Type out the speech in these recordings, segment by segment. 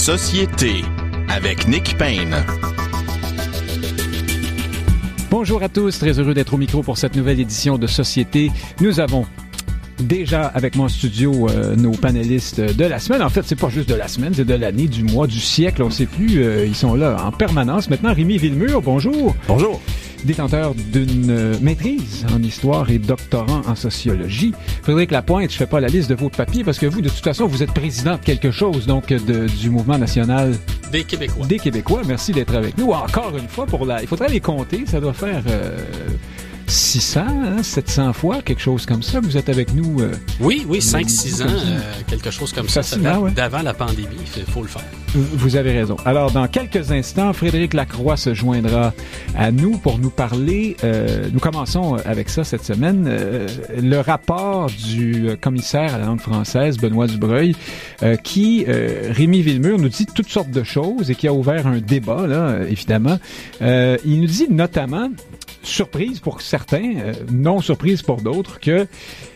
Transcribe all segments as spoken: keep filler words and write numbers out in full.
Société avec Nick Payne. Bonjour à tous, très heureux d'être au micro pour cette nouvelle édition de Société. Nous avons déjà avec mon studio euh, nos panélistes de la semaine. En fait, c'est pas juste de la semaine, c'est de l'année, du mois, du siècle, on sait plus. Euh, ils sont là en permanence. Maintenant, Rémi Villemur, bonjour. Bonjour. Détenteur d'une maîtrise en histoire et doctorant en sociologie. Frédéric Lapointe, je fais pas la liste de vos papiers parce que vous, de toute façon, vous êtes président de quelque chose, donc de, du mouvement national des Québécois. Des Québécois. Merci d'être avec nous. Encore une fois, pour la, il faudrait les compter. Ça doit faire euh, six cents, hein, sept cents fois, quelque chose comme ça. Vous êtes avec nous. Euh, oui, oui, cinq six ans, euh, quelque chose comme ça. ça date ouais. D'avant la pandémie, il faut le faire. Vous avez raison. Alors, dans quelques instants, Frédéric Lacroix se joindra à nous pour nous parler. Euh, nous commençons avec ça cette semaine. Euh, le rapport du commissaire à la langue française, Benoît Dubreuil, euh, qui, euh, Rémi Villemur, nous dit toutes sortes de choses et qui a ouvert un débat, là, évidemment. Euh, il nous dit notamment, surprise pour certains, euh, non surprise pour d'autres, que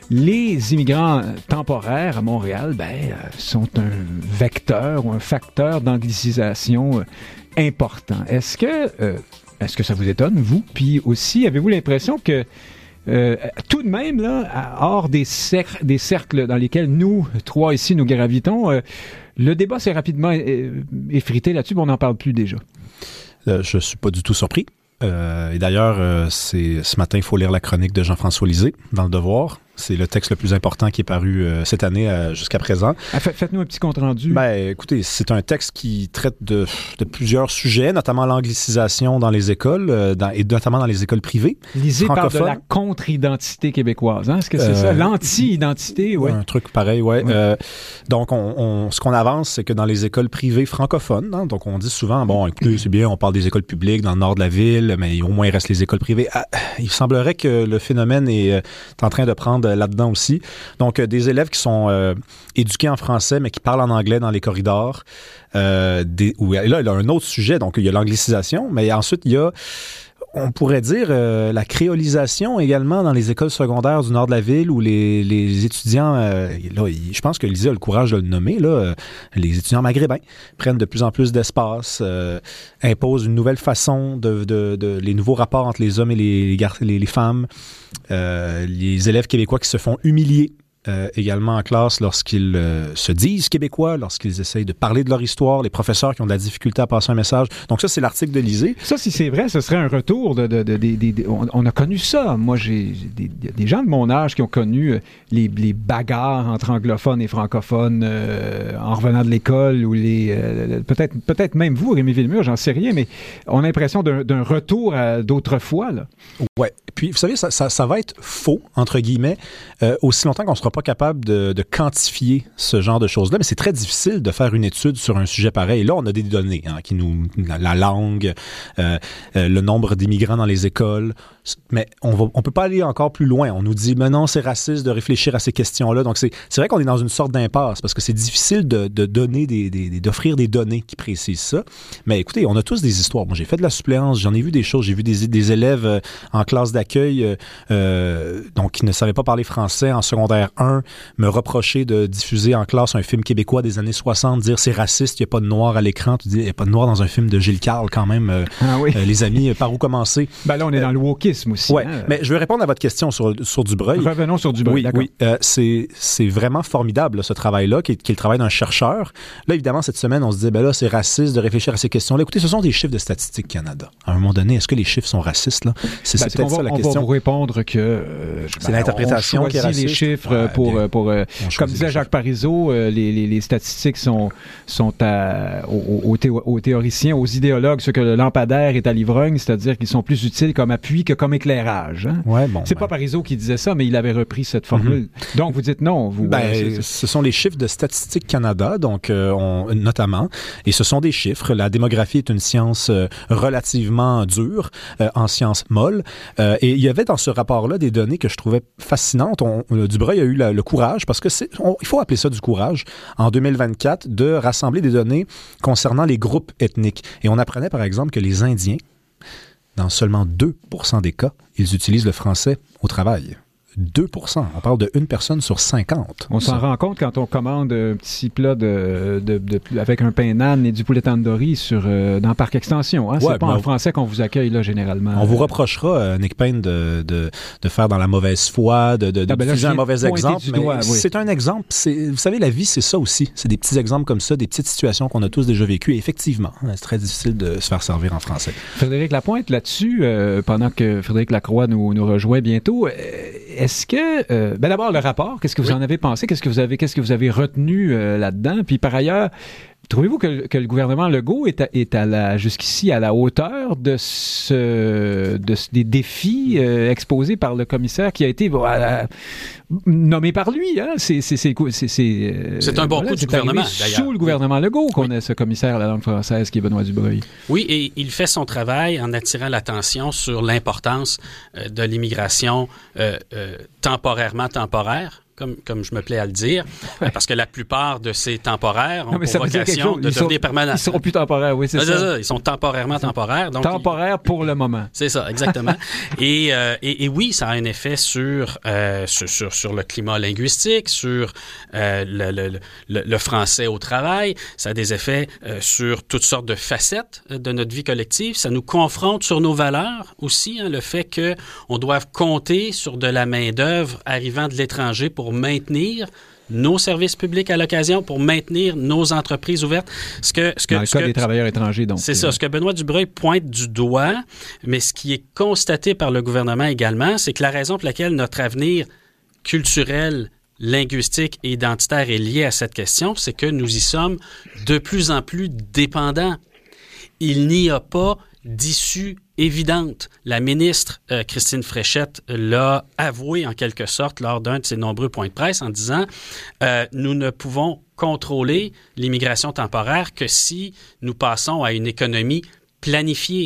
les immigrants temporaires à Montréal, ben, euh, sont un vecteur ou un facteur d'anglicisation euh, important. Est-ce que, euh, est-ce que ça vous étonne, vous? Puis aussi, avez-vous l'impression que euh, tout de même, là, hors des, cer- des cercles dans lesquels nous, trois ici, nous gravitons, euh, le débat s'est rapidement euh, effrité là-dessus, mais on n'en parle plus déjà. Euh, je suis pas du tout surpris. Euh, et d'ailleurs, euh, c'est, ce matin, il faut lire la chronique de Jean-François Lisée dans Le Devoir. C'est le texte le plus important qui est paru euh, cette année euh, jusqu'à présent. Ah, faites-nous un petit compte-rendu. Ben, écoutez, c'est un texte qui traite de, de plusieurs sujets, notamment l'anglicisation dans les écoles, euh, dans, et notamment dans les écoles privées. Lisée parle de la contre-identité québécoise. Hein? Est-ce que c'est euh, ça? L'anti-identité, oui. Un truc pareil, oui. Ouais. Euh, donc, on, on, ce qu'on avance, c'est que dans les écoles privées francophones, hein, donc on dit souvent, bon, écoutez, c'est bien, on parle des écoles publiques dans le nord de la ville, mais au moins il reste les écoles privées. Ah, il semblerait que le phénomène est, est en train de prendre là-dedans aussi. Donc, euh, des élèves qui sont euh, éduqués en français, mais qui parlent en anglais dans les corridors. Euh, des, où, là, il y a un autre sujet. Donc, il y a l'anglicisation, mais ensuite, il y a, on pourrait dire, euh, la créolisation également dans les écoles secondaires du nord de la ville où les, les étudiants, euh, là, je pense que Lisa a le courage de le nommer, là, euh, les étudiants maghrébins prennent de plus en plus d'espace, euh, imposent une nouvelle façon de, de, de, les nouveaux rapports entre les hommes et les, les, gar- les, les femmes, euh, les élèves québécois qui se font humilier Euh, également en classe lorsqu'ils euh, se disent québécois, lorsqu'ils essayent de parler de leur histoire, les professeurs qui ont de la difficulté à passer un message. Donc ça, c'est l'article de Lisée. Ça, si c'est vrai, ce serait un retour de... de, de, de, de, de on, on a connu ça. Moi, j'ai, j'ai des, des gens de mon âge qui ont connu euh, les, les bagarres entre anglophones et francophones euh, en revenant de l'école ou les... Euh, peut-être, peut-être même vous, Rémi Villemur, j'en sais rien, mais on a l'impression d'un, d'un retour à d'autrefois, là. Ouais. Puis, vous savez, ça, ça, ça va être faux, entre guillemets, euh, aussi longtemps qu'on ne sera pas capable de, de quantifier ce genre de choses-là. Mais c'est très difficile de faire une étude sur un sujet pareil. Là, on a des données, hein, qui nous... La, la langue, euh, euh, le nombre d'immigrants dans les écoles. Mais on va, on peut pas aller encore plus loin. On nous dit, mais non, c'est raciste de réfléchir à ces questions-là. Donc, c'est, c'est vrai qu'on est dans une sorte d'impasse parce que c'est difficile de, de donner des, des, d'offrir des données qui précisent ça. Mais écoutez, on a tous des histoires. Moi, j'ai fait de la suppléance, j'en ai vu des choses. J'ai vu des, des élèves euh, en classe d'accueil, euh, euh, donc qui ne savaient pas parler français en secondaire un, me reprocher de diffuser en classe un film québécois des années soixante, dire c'est raciste, il n'y a pas de noir à l'écran. Tu dis, il n'y a pas de noir dans un film de Gilles Carle quand même. Euh, ah oui. euh, les amis, par où commencer? Ben là, on est dans le wokisme aussi. Oui, hein? Mais je vais répondre à votre question sur, sur Dubreuil. Revenons sur Dubreuil, oui, d'accord. Oui, euh, c'est, c'est vraiment formidable, là, ce travail-là, qui est, qui est le travail d'un chercheur. Là, évidemment, cette semaine, on se dit, ben là, c'est raciste de réfléchir à ces questions-là. Écoutez, ce sont des chiffres de Statistique Canada. À un moment donné, est-ce que les chiffres sont racistes, là? C'est, ben, c'est peut-être va, ça la on question. On va vous répondre que... Euh, c'est ben, l'interprétation qui est raciste. On choisit les chiffres ouais, pour... Bien, pour euh, comme disait Jacques Parizeau, euh, les, les, les statistiques sont, sont à, aux, aux, thé- aux théoriciens, aux idéologues, ce que le lampadaire est à l'ivrogne, c'est-à-dire qu'ils sont plus utiles comme appui que comme éclairage. Hein? Ouais, bon, c'est ben. pas Parizeau qui disait ça, mais il avait repris cette formule. Mm-hmm. Donc, vous dites non. Vous, ben, euh, c'est, c'est... Ce sont les chiffres de Statistique Canada, donc euh, on, notamment, et ce sont des chiffres. La démographie est une science euh, relativement dure, euh, en science molle, euh, et il y avait dans ce rapport-là des données que je trouvais fascinantes. On, on, Dubreuil a eu la, le courage, parce que c'est, on, il faut appeler ça du courage, en deux mille vingt-quatre, de rassembler des données concernant les groupes ethniques. Et on apprenait, par exemple, que les Indiens, dans seulement deux pour cent des cas, ils utilisent le français au travail. deux pour cent. On parle de une personne sur cinquante. On s'en rend compte quand on commande un petit plat de, de, de, de avec un pain nan et du poulet tandoori sur, euh, dans Parc Extension. Hein? Ouais, c'est pas ben, en français qu'on vous accueille là, généralement. On vous reprochera, euh, Nick Payne, de, de, de faire dans la mauvaise foi, de, de, de ah ben là, diffuser un mauvais exemple. Mais doigt, oui. C'est un exemple. C'est, vous savez, la vie, c'est ça aussi. C'est des petits exemples comme ça, des petites situations qu'on a tous déjà vécues. Et effectivement, c'est très difficile de se faire servir en français. Frédéric Lapointe, là-dessus, euh, pendant que Frédéric Lacroix nous, nous rejoint bientôt, euh, est-ce que... Euh, ben d'abord, le rapport, qu'est-ce que vous oui. en avez pensé? Qu'est-ce que vous avez, qu'est-ce que vous avez retenu euh, là-dedans? Puis par ailleurs, trouvez-vous que, que le gouvernement Legault est, à, est à la, jusqu'ici à la hauteur de ce, de, des défis euh, exposés par le commissaire qui a été bon, à, à, nommé par lui? Hein? C'est, c'est, c'est, c'est, c'est, euh, c'est un bon voilà, coup du gouvernement, d'ailleurs. Sous le gouvernement Legault qu'on oui. a ce commissaire à la langue française qui est Benoît Dubreuil. Oui, et il fait son travail en attirant l'attention sur l'importance euh, de l'immigration euh, euh, temporairement temporaire. Comme, comme je me plais à le dire, ouais. parce que la plupart de ces temporaires ont non, pour vocation de devenir sont, permanents. Ils seront plus temporaires, oui, c'est, c'est ça. ça. Ils sont temporairement temporaires. Donc temporaires ils... pour le moment. C'est ça, exactement. et, euh, et, et oui, ça a un effet sur, euh, sur, sur, sur le climat linguistique, sur euh, le, le, le, le français au travail. Ça a des effets euh, sur toutes sortes de facettes de notre vie collective. Ça nous confronte sur nos valeurs aussi, hein, le fait qu'on doive compter sur de la main-d'œuvre arrivant de l'étranger pour maintenir nos services publics à l'occasion, pour maintenir nos entreprises ouvertes. Ce que, ce que, Dans le ce cas que, des travailleurs étrangers, donc. C'est ça. Ce que Benoît Dubreuil pointe du doigt, mais ce qui est constaté par le gouvernement également, c'est que la raison pour laquelle notre avenir culturel, linguistique et identitaire est lié à cette question, c'est que nous y sommes de plus en plus dépendants. Il n'y a pas d'issue évidente. La ministre euh, Christine Fréchette l'a avoué en quelque sorte lors d'un de ses nombreux points de presse en disant euh, « Nous ne pouvons contrôler l'immigration temporaire que si nous passons à une économie planifiée. »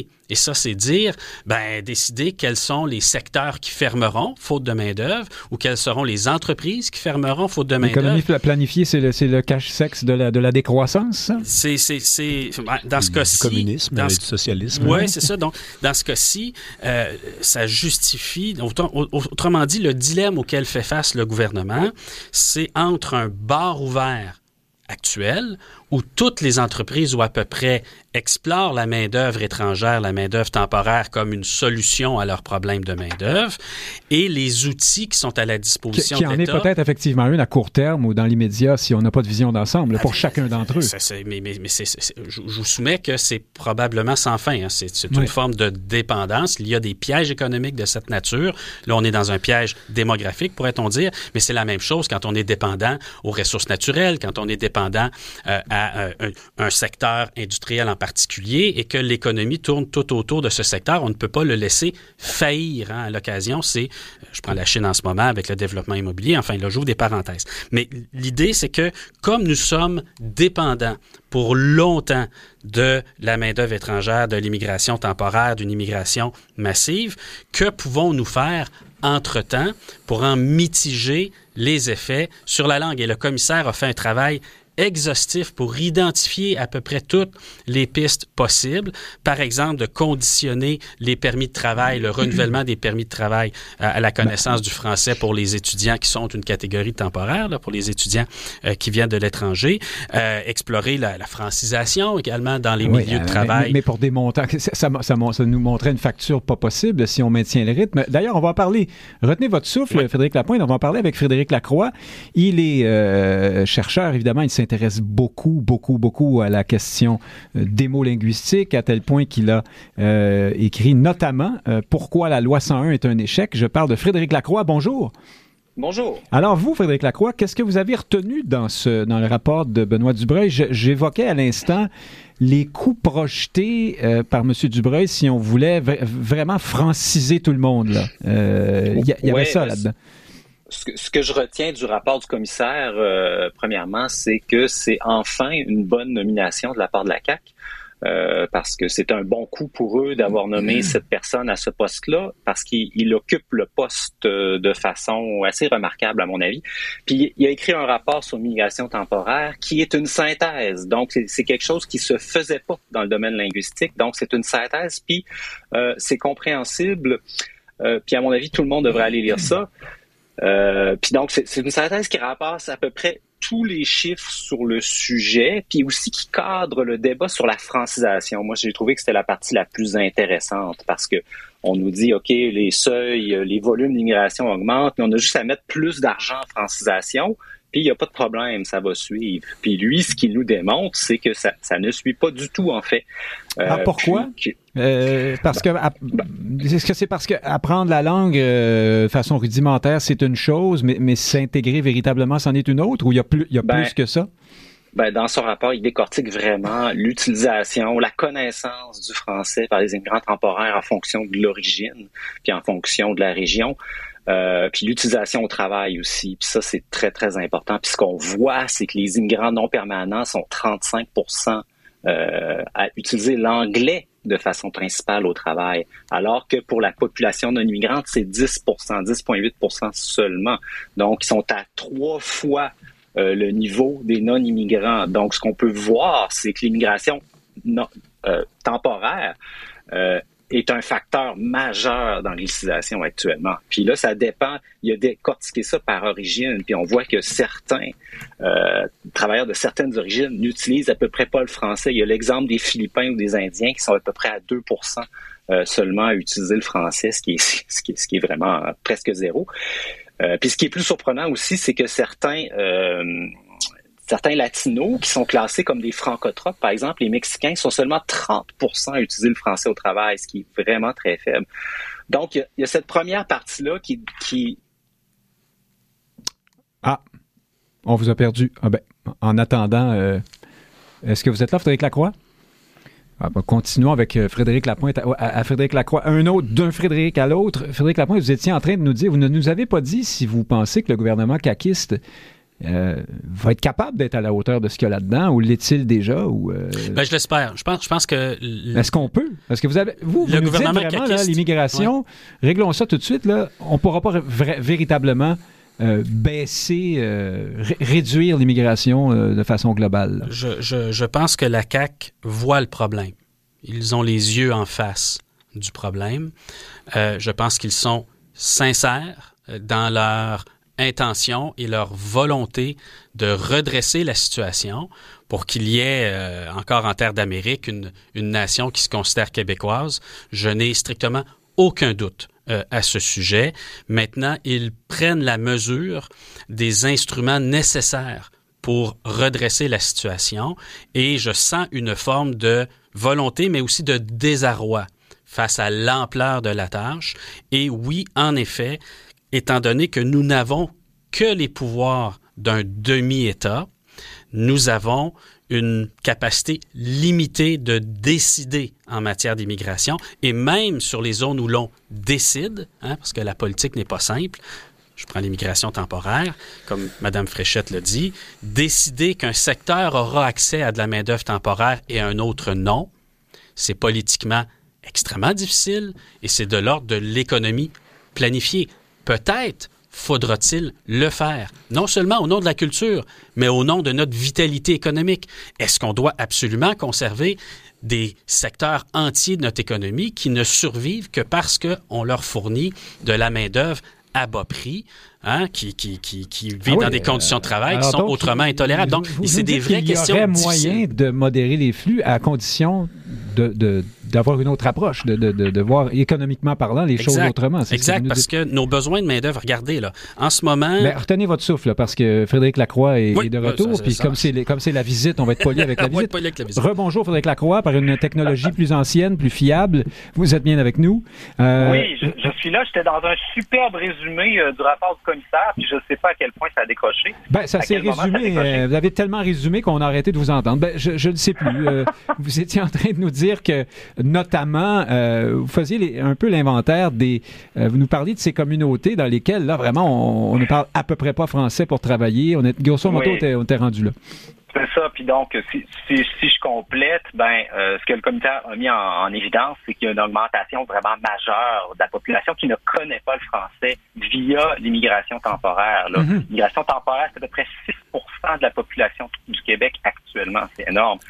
Et ça, c'est dire, ben, décider quels sont les secteurs qui fermeront, faute de main-d'œuvre, ou quelles seront les entreprises qui fermeront, faute de main-d'œuvre. L'économie planifiée, c'est le, c'est le cache-sexe de la, de la décroissance, ça? C'est, c'est, c'est, dans ce du cas-ci... Du communisme, dans et ce, du socialisme. Oui, c'est ça. Donc, dans ce cas-ci, euh, ça justifie... Autrement dit, le dilemme auquel fait face le gouvernement, c'est entre un bar ouvert actuel, où toutes les entreprises ou à peu près explorent la main-d'œuvre étrangère, la main-d'œuvre temporaire comme une solution à leurs problèmes de main-d'œuvre, et les outils qui sont à la disposition qui, qui de l'État. Qui en est peut-être effectivement une à court terme ou dans l'immédiat si on n'a pas de vision d'ensemble, là, pour ah, chacun d'entre eux. C'est, c'est, mais mais, mais c'est, c'est, je, je vous soumets que c'est probablement sans fin. Hein. C'est, c'est une oui. forme de dépendance. Il y a des pièges économiques de cette nature. Là, on est dans un piège démographique, pourrait-on dire, mais c'est la même chose quand on est dépendant aux ressources naturelles, quand on est dépendant euh, à Un, un secteur industriel en particulier et que l'économie tourne tout autour de ce secteur. On ne peut pas le laisser faillir. Hein. À l'occasion, c'est, je prends la Chine en ce moment avec le développement immobilier, enfin là, j'ouvre des parenthèses. Mais l'idée, c'est que comme nous sommes dépendants pour longtemps de la main-d'œuvre étrangère, de l'immigration temporaire, d'une immigration massive, que pouvons-nous faire entre-temps pour en mitiger les effets sur la langue? Et le commissaire a fait un travail exhaustif pour identifier à peu près toutes les pistes possibles. Par exemple, de conditionner les permis de travail, le renouvellement des permis de travail à, à la connaissance du français pour les étudiants qui sont une catégorie temporaire, là, pour les étudiants euh, qui viennent de l'étranger. Euh, explorer la, la francisation également dans les oui, milieux de euh, travail. Mais, mais pour des montants, ça, ça, ça, ça nous montrait une facture pas possible si on maintient le rythme. D'ailleurs, on va en parler. Retenez votre souffle, oui. Frédéric Lapointe. On va en parler avec Frédéric Lacroix. Il est euh, chercheur, évidemment. Il s'intéresse beaucoup, beaucoup, beaucoup à la question euh, démolinguistique, à tel point qu'il a euh, écrit notamment euh, « Pourquoi la loi cent un est un échec ». Je parle de Frédéric Lacroix. Bonjour. Bonjour. Alors vous, Frédéric Lacroix, qu'est-ce que vous avez retenu dans, ce, dans le rapport de Benoît Dubreuil? Je, j'évoquais à l'instant les coûts projetés euh, par M. Dubreuil si on voulait v- vraiment franciser tout le monde. Il euh, y, y avait ouais, ça là-dedans. Ce que, ce que je retiens du rapport du commissaire, euh, premièrement, c'est que c'est enfin une bonne nomination de la part de la C A Q. Euh, parce que c'est un bon coup pour eux d'avoir nommé mmh. cette personne à ce poste-là, parce qu'il il occupe le poste de façon assez remarquable, à mon avis. Puis il a écrit un rapport sur l'immigration temporaire qui est une synthèse. Donc, c'est, c'est quelque chose qui se faisait pas dans le domaine linguistique. Donc, c'est une synthèse, puis euh, c'est compréhensible. Euh, puis à mon avis, tout le monde devrait aller lire ça. Euh, puis donc, c'est, c'est une synthèse qui ramasse à peu près tous les chiffres sur le sujet, puis aussi qui cadre le débat sur la francisation. Moi, j'ai trouvé que c'était la partie la plus intéressante parce que on nous dit, OK, les seuils, les volumes d'immigration augmentent, mais on a juste à mettre plus d'argent en francisation, puis il n'y a pas de problème, ça va suivre. Puis lui, ce qu'il nous démontre, c'est que ça, ça ne suit pas du tout, en fait. Euh, ah, pourquoi? Puis, euh, parce ben, que à, ben, est-ce que c'est parce que apprendre la langue euh, de façon rudimentaire, c'est une chose, mais, mais s'intégrer véritablement, c'en est une autre, ou il y a plus, il y a ben, plus que ça? Ben, dans son rapport, il décortique vraiment l'utilisation, la connaissance du français par les immigrants temporaires en fonction de l'origine, puis en fonction de la région. Euh, puis l'utilisation au travail aussi. Puis ça, c'est très, très important. Puis ce qu'on voit, c'est que les immigrants non permanents sont trente-cinq pour cent euh, à utiliser l'anglais de façon principale au travail, alors que pour la population non immigrante, c'est dix pour cent, dix virgule huit pour cent seulement. Donc, ils sont à trois fois euh, le niveau des non-immigrants. Donc, ce qu'on peut voir, c'est que l'immigration non, euh, temporaire euh, est un facteur majeur dans l'utilisation actuellement. Puis là, ça dépend, il y a décortiqué ça par origine, puis on voit que certains euh, travailleurs de certaines origines n'utilisent à peu près pas le français. Il y a l'exemple des Philippins ou des Indiens qui sont à peu près à deux pour cent euh, seulement à utiliser le français, ce qui est, ce qui est, ce qui est vraiment presque zéro. Euh, puis ce qui est plus surprenant aussi, c'est que certains... Euh, Certains latinos qui sont classés comme des francotroques, par exemple, les Mexicains, sont seulement trente pour cent à utiliser le français au travail, ce qui est vraiment très faible. Donc, il y, y a cette première partie-là qui... qui... Ah, on vous a perdu. Ah ben, en attendant, euh, est-ce que vous êtes là, Frédéric Lacroix? Ah ben, continuons avec Frédéric Lapointe à, à, à Frédéric Lacroix. Un autre, d'un Frédéric à l'autre. Frédéric Lapointe, vous étiez en train de nous dire, vous ne nous avez pas dit si vous pensez que le gouvernement caquiste Euh, va être capable d'être à la hauteur de ce qu'il y a là-dedans, ou l'est-il déjà? Ou, euh... ben, je l'espère. Je pense, je pense que... L... Est-ce qu'on peut? Parce que vous avez... Vous, vous le nous gouvernement dites vraiment, caquiste, là, l'immigration, ouais. Réglons ça tout de suite, là. On ne pourra pas vra- véritablement euh, baisser, euh, ré- réduire l'immigration euh, de façon globale. Je, je, je pense que la C A Q voit le problème. Ils ont les yeux en face du problème. Euh, je pense qu'ils sont sincères dans leur intention et leur volonté de redresser la situation pour qu'il y ait, euh, encore en terre d'Amérique, une, une nation qui se considère québécoise. Je n'ai strictement aucun doute euh, à ce sujet. Maintenant, ils prennent la mesure des instruments nécessaires pour redresser la situation et je sens une forme de volonté, mais aussi de désarroi face à l'ampleur de la tâche. Et oui, en effet, étant donné que nous n'avons que les pouvoirs d'un demi-État, nous avons une capacité limitée de décider en matière d'immigration et même sur les zones où l'on décide, hein, parce que la politique n'est pas simple. Je prends l'immigration temporaire, comme Mme Fréchette l'a dit, décider qu'un secteur aura accès à de la main-d'œuvre temporaire et un autre non, c'est politiquement extrêmement difficile et c'est de l'ordre de l'économie planifiée. Peut-être faudra-t-il le faire, non seulement au nom de la culture, mais au nom de notre vitalité économique. Est-ce qu'on doit absolument conserver des secteurs entiers de notre économie qui ne survivent que parce qu'on leur fournit de la main-d'œuvre à bas prix, hein, qui, qui, qui, qui vivent ah oui, dans des conditions de travail euh, qui sont donc, autrement intolérables. Donc, vous, vous c'est des vraies questions. Il y aurait moyen de modérer les flux à condition de, de, d'avoir une autre approche, de, de, de, de voir économiquement parlant les exact, choses autrement. C'est exact, parce que nos besoins de main-d'œuvre, regardez, là, en ce moment... Mais retenez votre souffle, là, parce que Frédéric Lacroix est, oui, est de retour, ça, ça, puis ça, comme, ça. C'est, comme c'est la visite, on va être poli avec la visite. Poli avec la visite. Rebonjour Frédéric Lacroix, par une technologie plus ancienne, plus fiable. Vous êtes bien avec nous. Euh... Oui, je, je suis là. J'étais dans un superbe résumé euh, du rapport du commissaire, puis je ne sais pas à quel point ça a décroché. Ben, ça s'est résumé. Ça euh, vous avez tellement résumé qu'on a arrêté de vous entendre. Ben, je ne sais plus. euh, vous étiez en train de nous dire que, notamment, euh, vous faisiez les, un peu l'inventaire des... Euh, vous nous parliez de ces communautés dans lesquelles, là, vraiment, on, on ne parle à peu près pas français pour travailler. On est, grosso modo, oui. on était rendu là. C'est ça. Puis donc, si, si, si je complète, ben, euh, ce que le comité a mis en, en évidence, c'est qu'il y a une augmentation vraiment majeure de la population qui ne connaît pas le français via l'immigration temporaire. Là. Mm-hmm. L'immigration temporaire, c'est à peu près six pour cent de la population du Québec actuellement. C'est énorme. Puis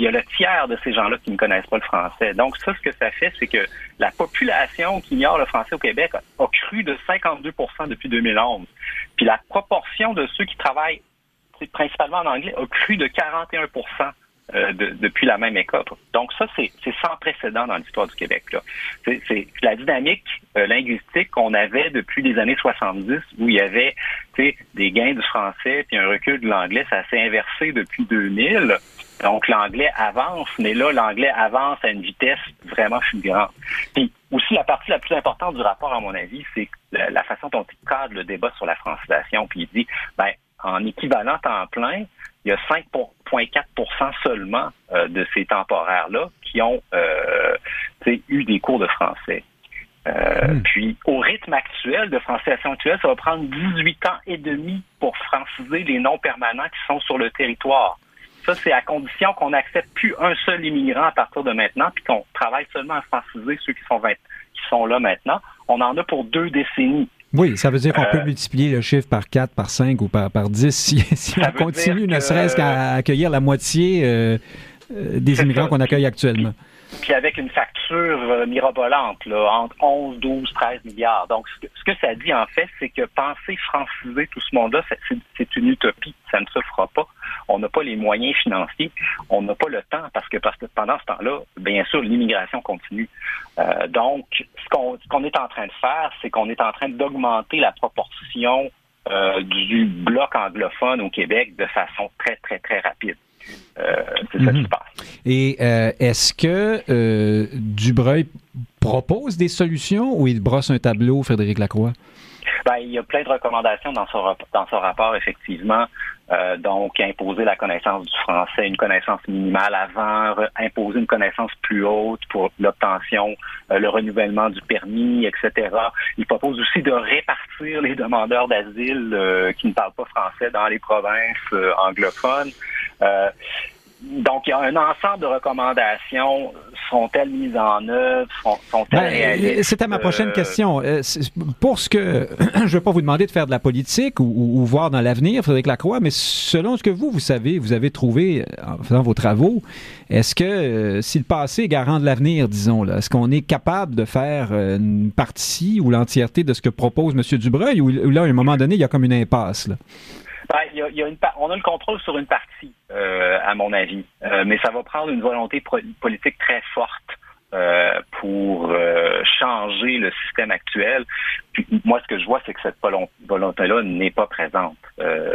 puis il y a le tiers de ces gens-là qui ne connaissent pas le français. Donc ça, ce que ça fait, c'est que la population qui ignore le français au Québec a, a cru de cinquante-deux pour cent depuis deux mille onze. Puis la proportion de ceux qui travaillent principalement en anglais a cru de quarante et un pour cent euh, de, depuis la même époque. Donc ça, c'est, c'est sans précédent dans l'histoire du Québec. Là. C'est, c'est la dynamique euh, linguistique qu'on avait depuis les années soixante-dix, où il y avait des gains du français puis un recul de l'anglais. Ça s'est inversé depuis deux mille. Donc l'anglais avance, mais là, l'anglais avance à une vitesse vraiment fulgurante. Puis aussi, la partie la plus importante du rapport, à mon avis, c'est la, la façon dont il cadre le débat sur la francisation. Puis il dit, ben, en équivalent temps plein, il y a cinq virgule quatre pour cent seulement euh, de ces temporaires-là qui ont euh, eu des cours de français. Euh, mmh. Puis, au rythme actuel de francisation actuelle, ça va prendre dix-huit ans et demi pour franciser les non-permanents qui sont sur le territoire. Ça, c'est à condition qu'on n'accepte plus un seul immigrant à partir de maintenant, puis qu'on travaille seulement à franciser ceux qui sont, vingt, qui sont là maintenant. On en a pour deux décennies. Oui, ça veut dire qu'on euh, peut multiplier le chiffre par quatre, par cinq ou par, par dix si, si on continue ne serait-ce qu'à accueillir la moitié euh, des immigrants ça. qu'on accueille actuellement. Puis avec une facture euh, mirobolante, là, entre onze, douze, treize milliards. Donc, ce que, ce que ça dit, en fait, c'est que penser franciser tout ce monde-là, c'est, c'est, c'est une utopie. Ça ne se fera pas. On n'a pas les moyens financiers. On n'a pas le temps parce que, parce que pendant ce temps-là, bien sûr, l'immigration continue. Euh, donc, ce qu'on, ce qu'on est en train de faire, c'est qu'on est en train d'augmenter la proportion euh, du bloc anglophone au Québec de façon très, très, très rapide. Euh, c'est ça mm-hmm. qui se passe. Et euh, est-ce que euh, Dubreuil propose des solutions ou il brosse un tableau, Frédéric Lacroix? Ben, il y a plein de recommandations dans son, dans son rapport, effectivement. Euh, donc, imposer la connaissance du français, une connaissance minimale avant, re, imposer une connaissance plus haute pour l'obtention, euh, le renouvellement du permis, et cetera. Il propose aussi de répartir les demandeurs d'asile euh, qui ne parlent pas français dans les provinces euh, anglophones. Euh, donc, il y a un ensemble de recommandations. Sont-elles mises en œuvre? Sont, sont-elles ben, réalistes? C'était ma prochaine euh... question. Pour ce que... je ne vais pas vous demander de faire de la politique ou, ou, ou voir dans l'avenir, Frédéric Lacroix, mais selon ce que vous, vous savez, vous avez trouvé en faisant vos travaux, est-ce que euh, si le passé est garant de l'avenir, disons, là, est-ce qu'on est capable de faire une partie ou l'entièreté de ce que propose M. Dubreuil ou, ou là, à un moment donné, il y a comme une impasse, là? Ben, il y a, il y a une, on a le contrôle sur une partie, euh, à mon avis, euh, mais ça va prendre une volonté pro- politique très forte euh, pour euh, changer le système actuel. Puis, moi, ce que je vois, c'est que cette volonté-là n'est pas présente. Euh,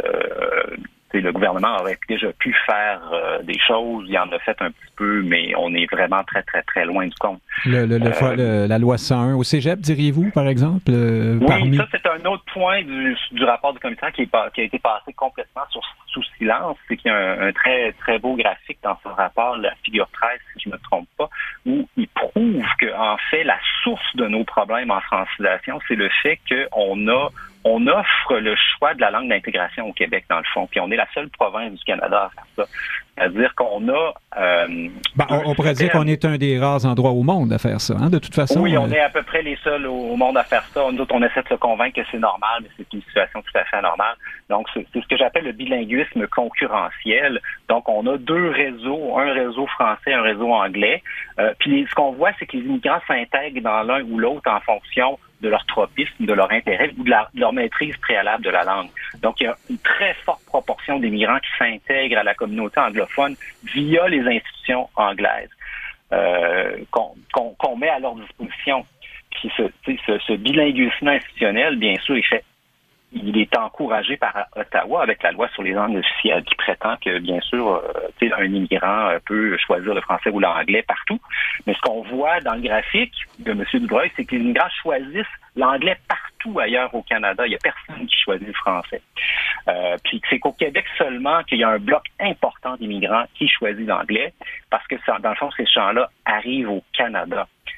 le gouvernement aurait déjà pu faire euh, des choses, il en a fait un petit peu, mais on est vraiment très, très, très loin du compte. Le, le, le, euh, le, la loi cent un au cégep, diriez-vous, par exemple? Euh, oui, parmi... ça, c'est un autre point du, du rapport du commissaire qui, est, qui a été passé complètement sur, sous silence. C'est qu'il y a un, un très, très beau graphique dans ce rapport, la figure treize, si je ne me trompe pas, où il prouve que, en fait, la source de nos problèmes en francisation, c'est le fait qu'on a on offre le choix de la langue d'intégration au Québec, dans le fond, puis on est la seule province du Canada à faire ça. C'est-à-dire qu'on a... Euh, ben, on, on pourrait dire qu'on est un des rares endroits au monde à faire ça, hein, de toute façon. Oui, on euh... est à peu près les seuls au monde à faire ça. Nous autres, on essaie de se convaincre que c'est normal, mais c'est une situation tout à fait anormale. Donc, c'est, c'est ce que j'appelle le bilinguisme concurrentiel. Donc, on a deux réseaux, un réseau français, un réseau anglais. Euh, puis, ce qu'on voit, c'est que les immigrants s'intègrent dans l'un ou l'autre en fonction de leur tropisme, de leur intérêt ou de, la, de leur maîtrise préalable de la langue. Donc, il y a une très forte proportion d'immigrants qui s'intègrent à la communauté anglophone via les institutions anglaises euh, qu'on, qu'on, qu'on met à leur disposition. Puis ce, ce, ce bilinguisme institutionnel, bien sûr, il fait il est encouragé par Ottawa avec la loi sur les langues officielles qui prétend que, bien sûr, euh, un immigrant peut choisir le français ou l'anglais partout. Mais ce qu'on voit dans le graphique de M. Dubreuil, c'est que les immigrants choisissent l'anglais partout ailleurs au Canada. Il n'y a personne qui choisit le français. Euh, puis c'est qu'au Québec seulement qu'il y a un bloc important d'immigrants qui choisit l'anglais parce que, ça, dans le fond, ces gens-là arrivent au Canada.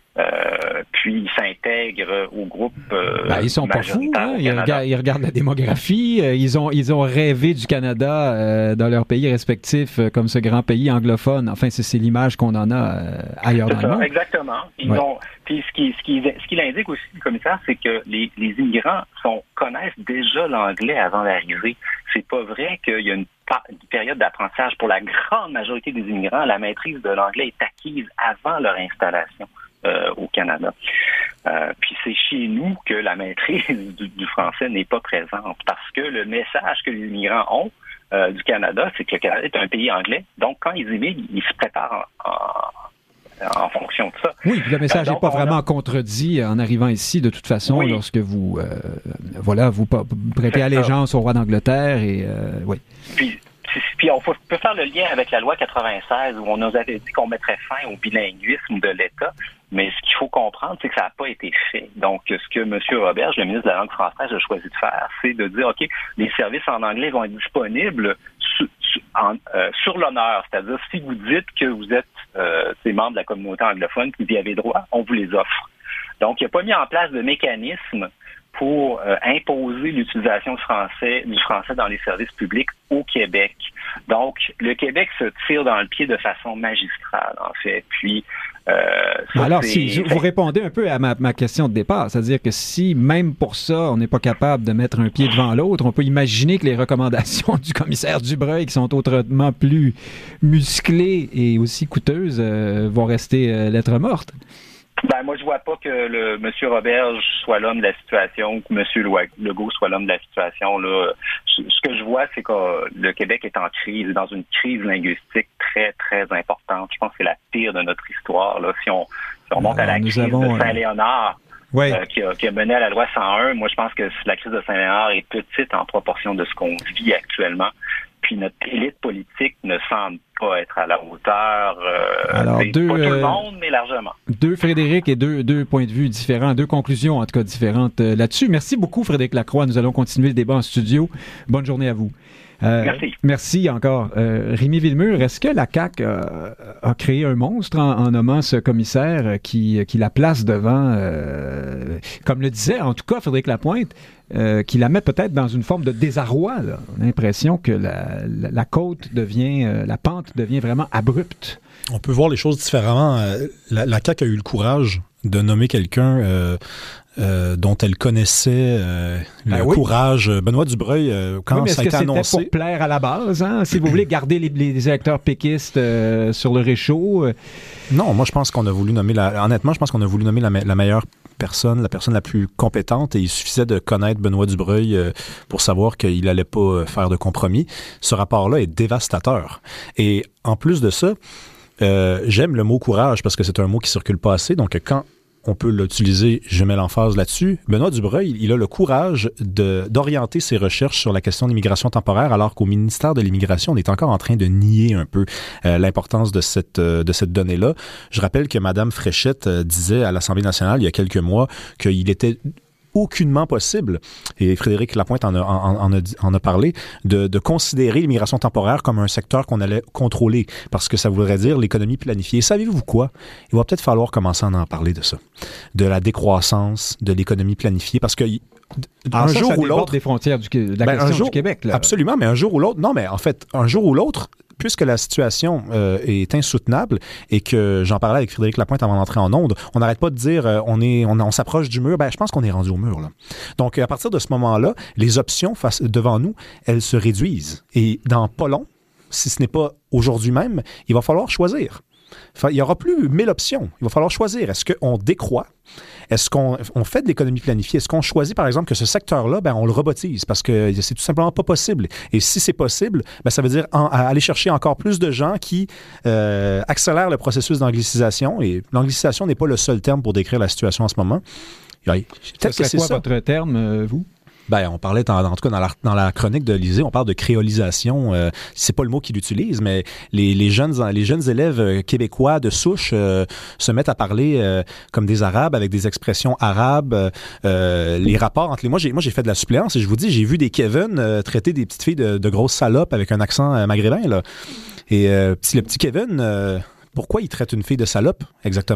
Euh, puis ils s'intègrent au groupe euh, ben, ils sont pas fous, hein? ils, regardent, ils regardent la démographie, euh, ils ont ils ont rêvé du Canada euh, dans leurs pays respectifs euh, comme ce grand pays anglophone. Enfin, c'est, c'est l'image qu'on en a euh, ailleurs c'est dans ça, le monde. Exactement. Ils ouais. ont, puis ce qui ce qui ce qu'il indique aussi le commissaire, c'est que les, les immigrants sont connaissent déjà l'anglais avant d'arriver. C'est pas vrai qu'il y a une, une période d'apprentissage pour la grande majorité des immigrants. La maîtrise de l'anglais est acquise avant leur installation. Euh, au Canada. Euh, puis c'est chez nous que la maîtrise du, du français n'est pas présente parce que le message que les immigrants ont euh, du Canada, c'est que le Canada est un pays anglais. Donc, quand ils immigrent, ils se préparent en, en, en fonction de ça. Oui, le message n'est euh, pas vraiment a... contredit en arrivant ici, de toute façon, oui. lorsque vous euh, voilà, vous prêtez allégeance au roi d'Angleterre et euh, oui. Puis, Puis on peut faire le lien avec la loi quatre-vingt-seize où on nous avait dit qu'on mettrait fin au bilinguisme de l'État, mais ce qu'il faut comprendre, c'est que ça n'a pas été fait. Donc, ce que M. Roberge, le ministre de la langue française, a choisi de faire, c'est de dire, OK, les services en anglais vont être disponibles su, su, en, euh, sur l'honneur, c'est-à-dire si vous dites que vous êtes euh, ces membres de la communauté anglophone, que vous y avez droit, on vous les offre. Donc, il n'a pas mis en place de mécanisme pour euh, imposer l'utilisation du français, du français dans les services publics au Québec. Donc, le Québec se tire dans le pied de façon magistrale, en fait. Puis, euh, ça, alors, c'est... si vous répondez un peu à ma, ma question de départ, c'est-à-dire que si, même pour ça, on n'est pas capable de mettre un pied devant l'autre, on peut imaginer que les recommandations du commissaire Dubreuil, qui sont autrement plus musclées et aussi coûteuses, euh, vont rester euh, lettres mortes. Ben, moi, je vois pas que le M. Roberge soit l'homme de la situation ou que M. Legault soit l'homme de la situation. Là. Ce que je vois, c'est que le Québec est en crise, dans une crise linguistique très, très importante. Je pense que c'est la pire de notre histoire. Là. Si on, si on remonte Alors, à la crise avons, de Saint-Léonard, ouais. euh, qui, a, qui a mené à la loi cent un, moi, je pense que la crise de Saint-Léonard est petite en proportion de ce qu'on vit actuellement. Puis notre élite politique ne semble pas être à la hauteur. Euh, Alors, deux, pas tout le monde, mais largement. Deux Frédéric et deux, deux points de vue différents, deux conclusions en tout cas différentes euh, là-dessus. Merci beaucoup Frédéric Lacroix. Nous allons continuer le débat en studio. Bonne journée à vous. Euh, merci. Merci encore. Euh, Rémi Villemur, est-ce que la C A Q euh, a créé un monstre en, en nommant ce commissaire qui, qui la place devant, euh, comme le disait en tout cas Frédéric Lapointe, euh, qui la met peut-être dans une forme de désarroi, là. On a l'impression que la, la, la côte devient, euh, la pente devient vraiment abrupte. On peut voir les choses différemment. La, la C A Q a eu le courage de nommer quelqu'un euh, euh, dont elle connaissait euh, le ben oui. courage. Benoît Dubreuil, euh, quand oui, ça a été annoncé... Est-ce que c'était pour plaire à la base, hein? Si vous voulez garder les, les électeurs péquistes euh, sur le réchaud? Euh... Non, moi je pense qu'on a voulu nommer... La, honnêtement, je pense qu'on a voulu nommer la, la meilleure personne, la personne la plus compétente, et il suffisait de connaître Benoît Dubreuil euh, pour savoir qu'il n'allait pas faire de compromis. Ce rapport-là est dévastateur. Et en plus de ça, Euh, j'aime le mot courage parce que c'est un mot qui circule pas assez. Donc, quand on peut l'utiliser, je mets l'emphase là-dessus. Benoît Dubreuil, il a le courage de, d'orienter ses recherches sur la question de l'immigration temporaire, alors qu'au ministère de l'Immigration, on est encore en train de nier un peu euh, l'importance de cette, euh, de cette donnée-là. Je rappelle que Mme Fréchette euh, disait à l'Assemblée nationale il y a quelques mois qu'il était aucunement possible, et Frédéric Lapointe en a, en, en a, en a parlé, de, de considérer l'immigration temporaire comme un secteur qu'on allait contrôler, parce que ça voudrait dire l'économie planifiée. Savez-vous quoi? Il va peut-être falloir commencer à en parler de ça, de la décroissance, de l'économie planifiée, parce que ah, un ça, jour ça ou l'autre... des frontières du, de la ben, question un jour, du Québec. Là. Absolument, mais un jour ou l'autre... Non, mais en fait, un jour ou l'autre, puisque la situation euh, est insoutenable et que j'en parlais avec Frédéric Lapointe avant d'entrer en onde, on n'arrête pas de dire euh, on est on, on s'approche du mur. Ben, je pense qu'on est rendu au mur, là. Donc, à partir de ce moment-là, les options face, devant nous, elles se réduisent. Et dans pas long, si ce n'est pas aujourd'hui même, il va falloir choisir. Enfin, il n'y aura plus mille options. Il va falloir choisir. Est-ce qu'on décroît? Est-ce qu'on on fait de l'économie planifiée? Est-ce qu'on choisit, par exemple, que ce secteur-là, ben, on le rebaptise parce que c'est tout simplement pas possible? Et si c'est possible, ben, ça veut dire en, aller chercher encore plus de gens qui euh, accélèrent le processus d'anglicisation. Et l'anglicisation n'est pas le seul terme pour décrire la situation en ce moment. Peut-être ça serait que c'est quoi ça. Votre terme, euh, vous? Ben, on parlait, en, en tout cas, dans la, dans la chronique de l'Élysée, on parle de créolisation. Euh, c'est pas le mot qu'il utilise, mais les, les, jeunes, les jeunes élèves québécois de souche euh, se mettent à parler euh, comme des Arabes, avec des expressions arabes. Euh, les rapports entre les... Moi j'ai, moi, j'ai fait de la suppléance et je vous dis, j'ai vu des Kevin euh, traiter des petites filles de, de grosses salopes avec un accent euh, maghrébin, là. Et euh, le petit Kevin, euh, pourquoi il traite une fille de salope, exactement?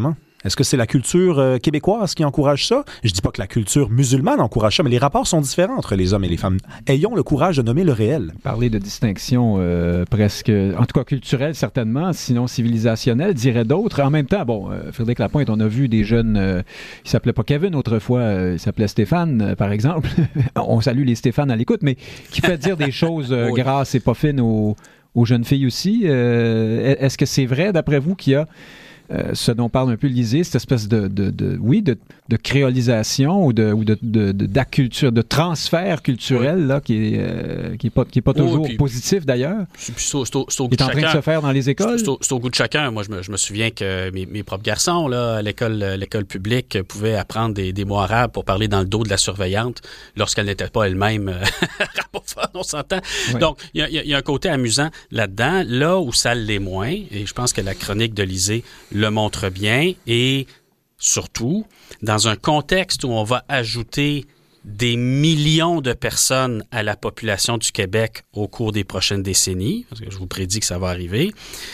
Est-ce que c'est la culture euh, québécoise qui encourage ça? Je dis pas que la culture musulmane encourage ça, mais les rapports sont différents entre les hommes et les femmes. Ayons le courage de nommer le réel. Parler de distinction euh, presque, en tout cas culturelle certainement, sinon civilisationnelle, dirait d'autres. En même temps, bon, euh, Frédéric Lapointe, on a vu des jeunes, euh, il s'appelait pas Kevin autrefois, euh, il s'appelait Stéphane, euh, par exemple. On salue les Stéphane à l'écoute, mais qui fait dire des choses euh, oui. grasses et pas fines aux, aux jeunes filles aussi. Euh, est-ce que c'est vrai, d'après vous, qu'il y a Euh, ce dont parle un peu Lisée, cette espèce de, de, de oui, de, de créolisation ou de, ou de, de, de, d'acculture, de transfert culturel oui. là, qui est, euh, qui est pas, qui est pas toujours oh, puis, positif d'ailleurs. Puis, puis c'est au, c'est au, c'est au qui est en train chacun. de se faire dans les écoles. C'est au, c'est au goût de chacun. Moi, je me, je me souviens que mes, mes propres garçons, là, à l'école, l'école publique, pouvaient apprendre des, des mots arabes pour parler dans le dos de la surveillante lorsqu'elle n'était pas elle-même arabophone, on s'entend. Oui. Donc, il y a, y a un côté amusant là-dedans, là où ça l'est moins, et je pense que la chronique de Lisée le montre bien, et surtout, dans un contexte où on va ajouter des millions de personnes à la population du Québec au cours des prochaines décennies, parce que je vous prédis que ça va arriver,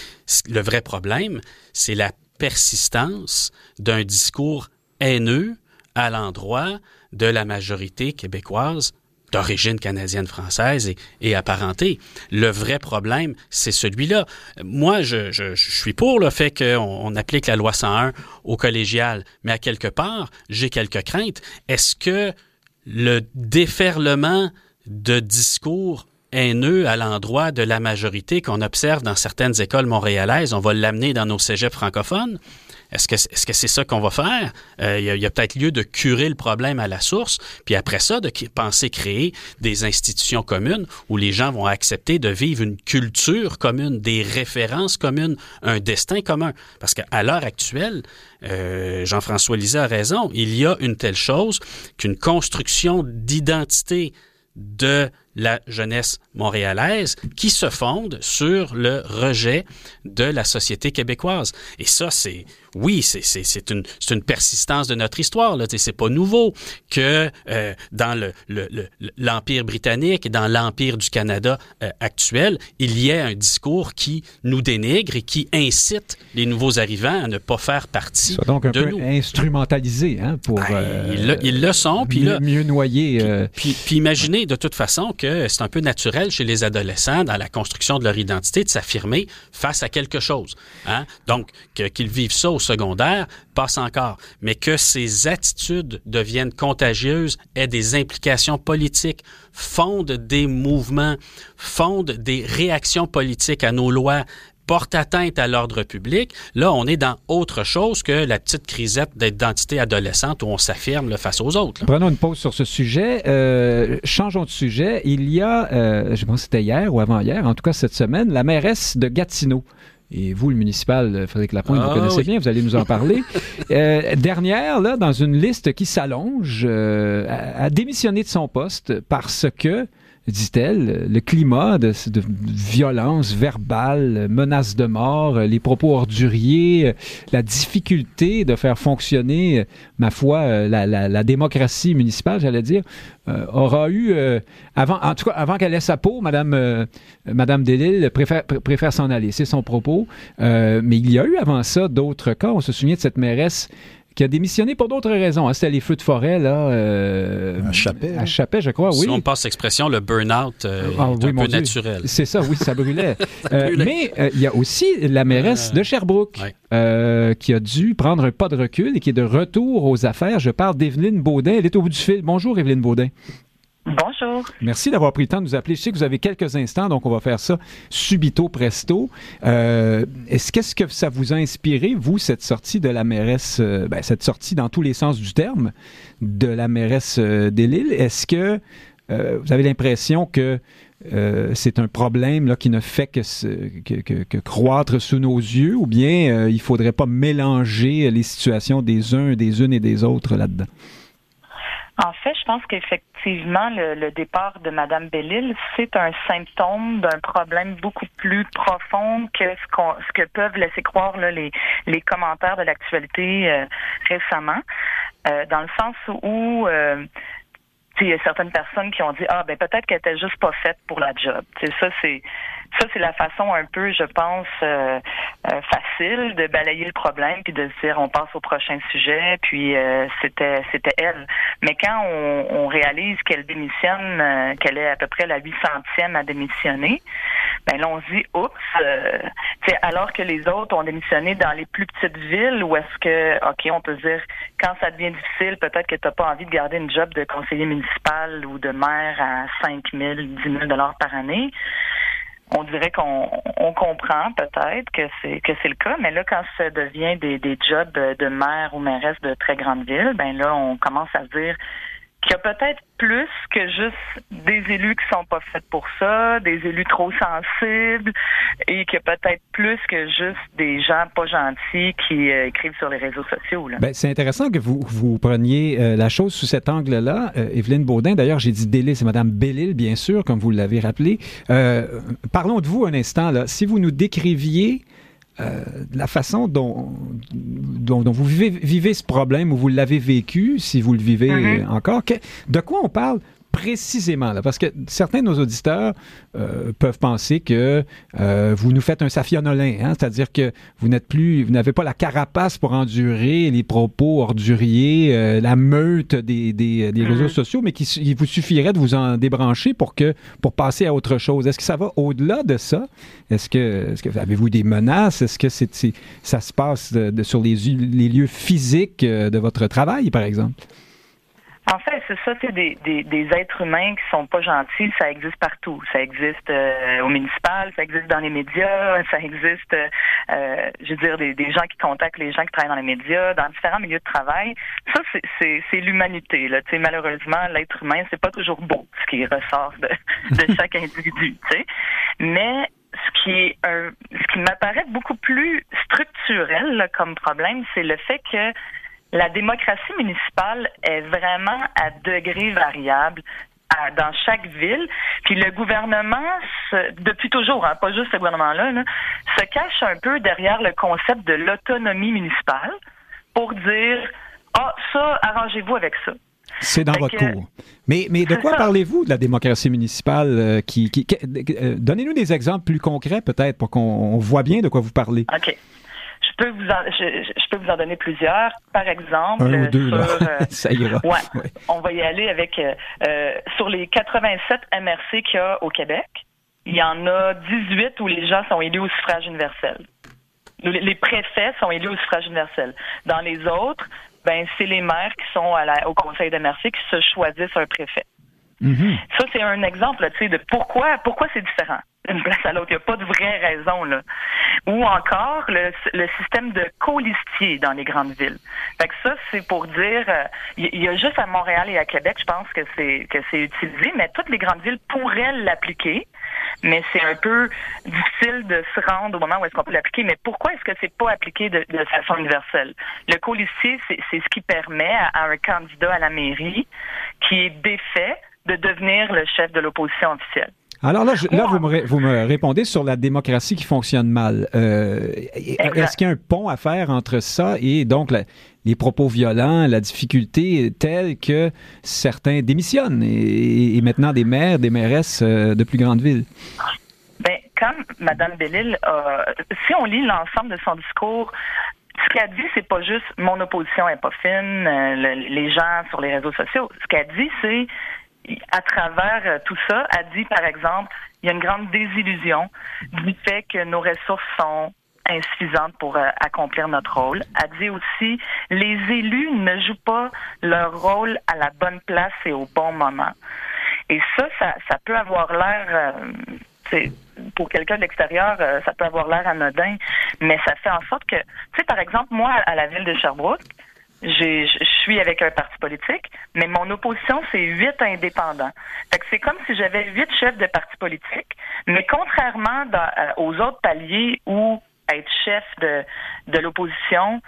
le vrai problème, c'est la persistance d'un discours haineux à l'endroit de la majorité québécoise d'origine canadienne-française et, et apparentée. Le vrai problème, c'est celui-là. Moi, je, je, je suis pour le fait qu'on on applique la loi cent un au collégial, mais à quelque part, j'ai quelques craintes. Est-ce que le déferlement de discours haineux à l'endroit de la majorité qu'on observe dans certaines écoles montréalaises, on va l'amener dans nos cégeps francophones? Est-ce que, est-ce que c'est ça qu'on va faire? Euh, il y a, il y a peut-être lieu de curer le problème à la source, puis après ça, de penser créer des institutions communes où les gens vont accepter de vivre une culture commune, des références communes, un destin commun. Parce qu'à l'heure actuelle, euh, Jean-François Lisée a raison, il y a une telle chose qu'une construction d'identité de la jeunesse montréalaise qui se fonde sur le rejet de la société québécoise. Et ça, c'est, oui, c'est, c'est, c'est, une, c'est une persistance de notre histoire. Là. C'est pas nouveau que euh, dans le, le, le, l'Empire britannique et dans l'Empire du Canada euh, actuel, il y ait un discours qui nous dénigre et qui incite les nouveaux arrivants à ne pas faire partie de nous. Donc un peu nous. Instrumentalisé, hein, pour ben, euh, ils, le, ils le sont. Puis mieux, là, mieux noyer. Puis, euh... puis, puis imaginez de toute façon que c'est un peu naturel chez les adolescents, dans la construction de leur identité, de s'affirmer face à quelque chose. Hein? Donc, que, qu'ils vivent ça au secondaire, passe encore. Mais que ces attitudes deviennent contagieuses, aient des implications politiques, fondent des mouvements, fondent des réactions politiques à nos lois, porte atteinte à l'ordre public, là, on est dans autre chose que la petite crisette d'identité adolescente où on s'affirme là, face aux autres. Là. Prenons une pause sur ce sujet. Euh, changeons de sujet. Il y a, euh, je pense que c'était hier ou avant-hier, en tout cas cette semaine, la mairesse de Gatineau. Et vous, le municipal, Frédéric Lapointe, ah, vous connaissez oui. bien, vous allez nous en parler. euh, dernière, là, dans une liste qui s'allonge, euh, a, a démissionné de son poste parce que, dit-elle, le climat de, de violence verbale, menace de mort, les propos orduriers, la difficulté de faire fonctionner, ma foi, la, la, la démocratie municipale, j'allais dire, euh, aura eu, euh, avant, en tout cas, avant qu'elle ait sa peau, Madame, euh, Madame Delisle préfère, pr- préfère s'en aller, c'est son propos. Euh, mais il y a eu avant ça d'autres cas. On se souvient de cette mairesse qui a démissionné pour d'autres raisons. Hein. C'était les feux de forêt, là. Euh, à Chappais. À Chappais, je crois, oui. Si on passe l'expression, le burn-out euh, ah, est oui, un peu Dieu. naturel. C'est ça, oui, ça brûlait. ça euh, brûlait. Mais il euh, y a aussi la mairesse euh, de Sherbrooke ouais. euh, qui a dû prendre un pas de recul et qui est de retour aux affaires. Je parle d'Evelyne Baudin. Elle est au bout du fil. Bonjour, Evelyne Baudin. Bonjour. Merci d'avoir pris le temps de nous appeler. Je sais que vous avez quelques instants, donc on va faire ça subito presto. Euh, est-ce, qu'est-ce que ça vous a inspiré, vous, cette sortie de la mairesse, euh, ben, cette sortie dans tous les sens du terme, de la mairesse euh, Delisle? Est-ce que euh, vous avez l'impression que euh, c'est un problème là, qui ne fait que, que, que, que croître sous nos yeux, ou bien euh, il ne faudrait pas mélanger les situations des uns, des unes et des autres là-dedans? En fait, je pense qu'effectivement, le, le départ de Mme Delisle, c'est un symptôme d'un problème beaucoup plus profond que ce, qu'on, ce que peuvent laisser croire là, les, les commentaires de l'actualité euh, récemment, euh, dans le sens où, euh, il y a certaines personnes qui ont dit ah ben peut-être qu'elle était juste pas faite pour la job. T'sais, ça c'est ça c'est la façon un peu, je pense, euh, euh, facile de balayer le problème puis de se dire on passe au prochain sujet puis euh, c'était c'était elle. Mais quand on, on réalise qu'elle démissionne, euh, qu'elle est à peu près la huit centième à démissionner, ben là on se dit oups. Euh, t'sais, alors que les autres ont démissionné dans les plus petites villes où est-ce que ok on peut se dire quand ça devient difficile peut-être que t'as pas envie de garder une job de conseiller municipal ou de maire à cinq mille, dix mille dollars par année. On dirait qu'on on comprend peut-être que c'est que c'est le cas, mais là, quand ça devient des, des jobs de maire ou mairesse de très grandes villes, ben là, on commence à se dire qu'il y a peut-être plus que juste des élus qui sont pas faits pour ça, des élus trop sensibles, et qu'il y a peut-être plus que juste des gens pas gentils qui euh, écrivent sur les réseaux sociaux. Là. Ben, c'est intéressant que vous, vous preniez euh, la chose sous cet angle-là. Euh, Évelyne Baudin, d'ailleurs, j'ai dit Bellil, c'est Mme Bellil, bien sûr, comme vous l'avez rappelé. Euh, parlons de vous un instant. Là. Si vous nous décriviez Euh, la façon dont, dont, dont vous vivez, vivez ce problème, ou vous l'avez vécu, si vous le vivez mm-hmm. encore, que, de quoi on parle précisément? Là? Parce que certains de nos auditeurs euh, peuvent penser que euh, vous nous faites un Safia Nolin, hein? C'est-à-dire que vous n'êtes plus, vous n'avez pas la carapace pour endurer les propos orduriers, euh, la meute des, des, des mm-hmm. réseaux sociaux, mais qu'il vous suffirait de vous en débrancher pour que pour passer à autre chose. Est-ce que ça va au-delà de ça? Est-ce que, est-ce que avez-vous des menaces? Est-ce que c'est, c'est ça se passe de, de, sur les, les lieux physiques de votre travail, par exemple? En fait, c'est ça, c'est des, des, des êtres humains qui sont pas gentils, ça existe partout. Ça existe euh, au municipal, ça existe dans les médias, ça existe, euh, je veux dire, des, des gens qui contactent les gens qui travaillent dans les médias, dans différents milieux de travail. Ça, c'est, c'est, c'est l'humanité, là. Tu sais, malheureusement, l'être humain, c'est pas toujours beau, ce qui ressort de, de chaque individu, tu sais. Mais ce qui est un, ce qui m'apparaît beaucoup plus structurel là, comme problème, c'est le fait que la démocratie municipale est vraiment à degré variable à, dans chaque ville. Puis le gouvernement, se, depuis toujours, hein, pas juste ce gouvernement-là, là, se cache un peu derrière le concept de l'autonomie municipale pour dire « Ah, ça, arrangez-vous avec ça ». C'est dans fait votre que, cours. Mais, mais de quoi ça. parlez-vous de la démocratie municipale? Euh, qui, qui, qui, euh, donnez-nous des exemples plus concrets, peut-être, pour qu'on on voit bien de quoi vous parlez. OK. Je peux vous en, je, je peux vous en donner plusieurs. Par exemple, un ou deux, sur, là. Euh, ça ira. Ouais, ouais. On va y aller avec euh, sur les quatre-vingt-sept M R C qu'il y a au Québec. Il y en a dix-huit où les gens sont élus au suffrage universel. Les préfets sont élus au suffrage universel. Dans les autres, ben c'est les maires qui sont à la, au conseil d'M R C qui se choisissent un préfet. Mm-hmm. Ça, c'est un exemple, tu sais, de pourquoi pourquoi c'est différent d'une place à l'autre. Il n'y a pas de vraie raison, là. Ou encore, le, le système de colistier dans les grandes villes. Fait que ça, c'est pour dire, il euh, y, y a juste à Montréal et à Québec, je pense que c'est que c'est utilisé, mais toutes les grandes villes pourraient l'appliquer, mais c'est un peu difficile de se rendre au moment où est-ce qu'on peut l'appliquer. Mais pourquoi est-ce que c'est pas appliqué de, de façon universelle? Le colistier, c'est, c'est ce qui permet à, à un candidat à la mairie qui est défait de devenir le chef de l'opposition officielle. Alors là, je, là vous, me, vous me répondez sur la démocratie qui fonctionne mal. Euh, est-ce qu'il y a un pont à faire entre ça et donc la, les propos violents, la difficulté telle que certains démissionnent et, et maintenant des maires, des mairesses de plus grandes villes? Ben, comme Mme Bellil, euh, si on lit l'ensemble de son discours, ce qu'elle dit, c'est pas juste « mon opposition est pas fine euh, », le, les gens sur les réseaux sociaux. Ce qu'elle dit, c'est à travers euh, tout ça, a dit, par exemple, il y a une grande désillusion du fait que nos ressources sont insuffisantes pour euh, accomplir notre rôle. A dit aussi, les élus ne jouent pas leur rôle à la bonne place et au bon moment. Et ça, ça, ça peut avoir l'air, euh, c'est, pour quelqu'un de l'extérieur, euh, ça peut avoir l'air anodin, mais ça fait en sorte que, tu sais, par exemple, moi, à la ville de Sherbrooke, J'ai, je suis avec un parti politique, mais mon opposition, c'est huit indépendants. Fait que c'est comme si j'avais huit chefs de parti politique, mais contrairement dans, euh, aux autres paliers où être chef de, de l'opposition,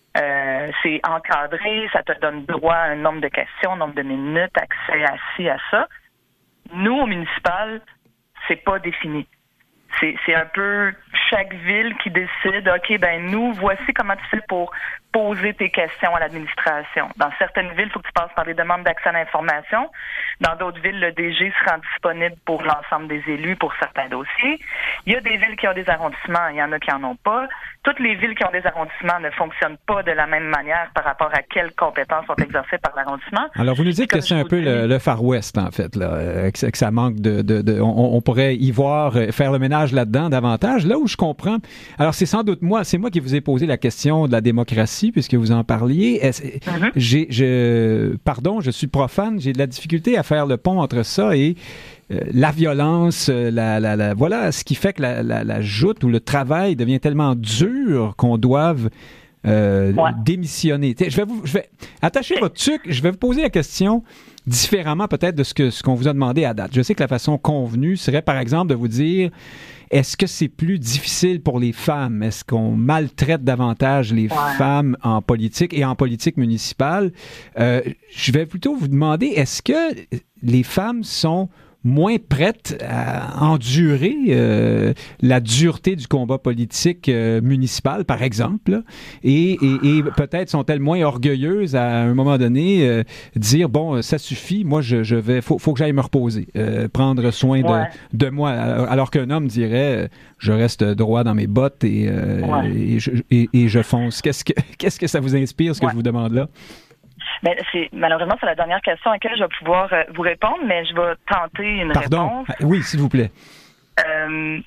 euh, c'est encadré, ça te donne droit à un nombre de questions, un nombre de minutes, accès à ci, à ça. Nous, au municipal, c'est pas défini. C'est, c'est un peu chaque ville qui décide, OK, ben nous, voici comment tu fais pour poser tes questions à l'administration. Dans certaines villes, il faut que tu passes par des demandes d'accès à l'information. Dans d'autres villes, le D G se rend disponible pour l'ensemble des élus pour certains dossiers. Il y a des villes qui ont des arrondissements, il y en a qui en ont pas. Toutes les villes qui ont des arrondissements ne fonctionnent pas de la même manière par rapport à quelles compétences sont exercées par l'arrondissement. Alors, vous nous dites que c'est un peu dis... le, le Far West, en fait, là, que, que ça manque de... de, de on, on pourrait y voir, faire le ménage là-dedans davantage. Là où je comprends... Alors, c'est sans doute moi, c'est moi qui vous ai posé la question de la démocratie, puisque vous en parliez. Mm-hmm. J'ai, je, pardon, je suis profane, j'ai de la difficulté à faire le pont entre ça et euh, la violence, la, la, la, voilà ce qui fait que la, la, la joute ou le travail devient tellement dur qu'on doive euh, ouais. démissionner. Je vais vous, je vais attacher votre truc, je vais vous poser la question différemment peut-être de ce, que, ce qu'on vous a demandé à date. Je sais que la façon convenue serait par exemple de vous dire: est-ce que c'est plus difficile pour les femmes? Est-ce qu'on maltraite davantage les ouais. femmes en politique et en politique municipale? Euh, je vais plutôt vous demander, est-ce que les femmes sont moins prêtes à endurer euh, la dureté du combat politique euh, municipal, par exemple, et, et, et peut-être sont-elles moins orgueilleuses à un moment donné euh, dire, bon, ça suffit, moi, je, je vais, faut, faut que j'aille me reposer, euh, prendre soin de, ouais. de moi, alors qu'un homme dirait, je reste droit dans mes bottes et, euh, ouais. et, je, et, et je fonce. Qu'est-ce que, qu'est-ce que ça vous inspire, ce que ouais. je vous demande là? Ben, c'est, malheureusement, c'est la dernière question à laquelle je vais pouvoir euh, vous répondre, mais je vais tenter une Pardon? réponse. Oui, s'il vous plaît. Euh,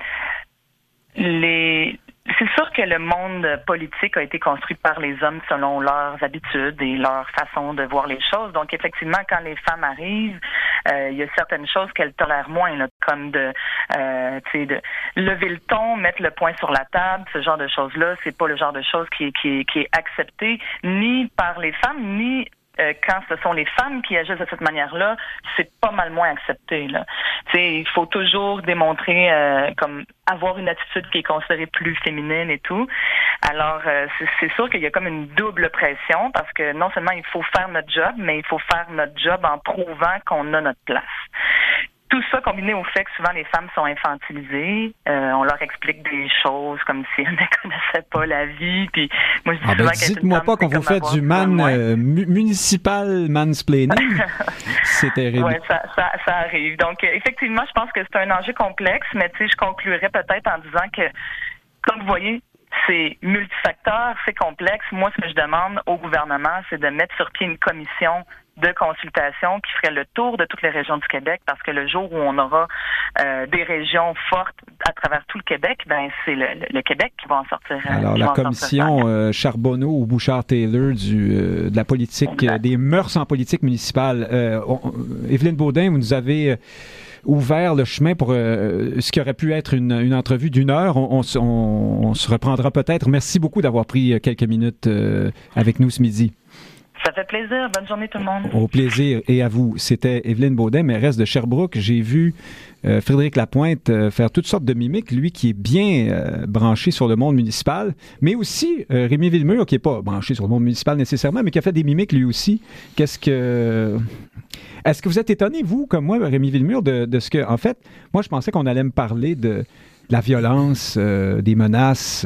les... C'est sûr que le monde politique a été construit par les hommes selon leurs habitudes et leur façon de voir les choses. Donc, effectivement, quand les femmes arrivent, euh, il y a certaines choses qu'elles tolèrent moins, là, comme de, euh, tu sais, de lever le ton, mettre le poing sur la table, ce genre de choses-là. C'est pas le genre de choses qui, qui, qui est accepté ni par les femmes, ni Euh, quand ce sont les femmes qui agissent de cette manière-là, c'est pas mal moins accepté, là. Tu sais, il faut toujours démontrer euh, comme avoir une attitude qui est considérée plus féminine et tout. Alors, euh, c'est, c'est sûr qu'il y a comme une double pression parce que non seulement il faut faire notre job, mais il faut faire notre job en prouvant qu'on a notre place. Tout ça combiné au fait que souvent les femmes sont infantilisées, euh, on leur explique des choses comme si elles ne connaissaient pas la vie. Puis moi je dis ah ben, dites-moi pas qu'on vous fait du man euh, mu- municipal mansplaining. C'est terrible. Oui, ça, ça, ça arrive. Donc euh, effectivement, je pense que c'est un enjeu complexe, mais tu sais, je conclurais peut-être en disant que, comme vous voyez, c'est multifacteur, c'est complexe. Moi, ce que je demande au gouvernement, c'est de mettre sur pied une commission de consultation qui ferait le tour de toutes les régions du Québec, parce que le jour où on aura euh, des régions fortes à travers tout le Québec, ben c'est le, le, le Québec qui va en sortir. Alors, la commission euh, Charbonneau ou Bouchard-Taylor du, euh, de la politique, euh, des mœurs en politique municipale. Euh, on, Évelyne Baudin, vous nous avez... Euh, ouvert le chemin pour euh, ce qui aurait pu être une, une entrevue d'une heure. On, on, on, on se reprendra peut-être. Merci beaucoup d'avoir pris quelques minutes euh, avec nous ce midi. Ça fait plaisir. Bonne journée tout le monde. Au plaisir et à vous. C'était Évelyne Baudin, mairesse de Sherbrooke. J'ai vu euh, Frédéric Lapointe euh, faire toutes sortes de mimiques, lui qui est bien euh, branché sur le monde municipal, mais aussi euh, Rémi Villemur, qui n'est pas branché sur le monde municipal nécessairement, mais qui a fait des mimiques lui aussi. Qu'est-ce que... Est-ce que vous êtes étonné, vous, comme moi, Rémi Villemur, de, de ce que... En fait, moi, je pensais qu'on allait me parler de la violence, euh, des menaces.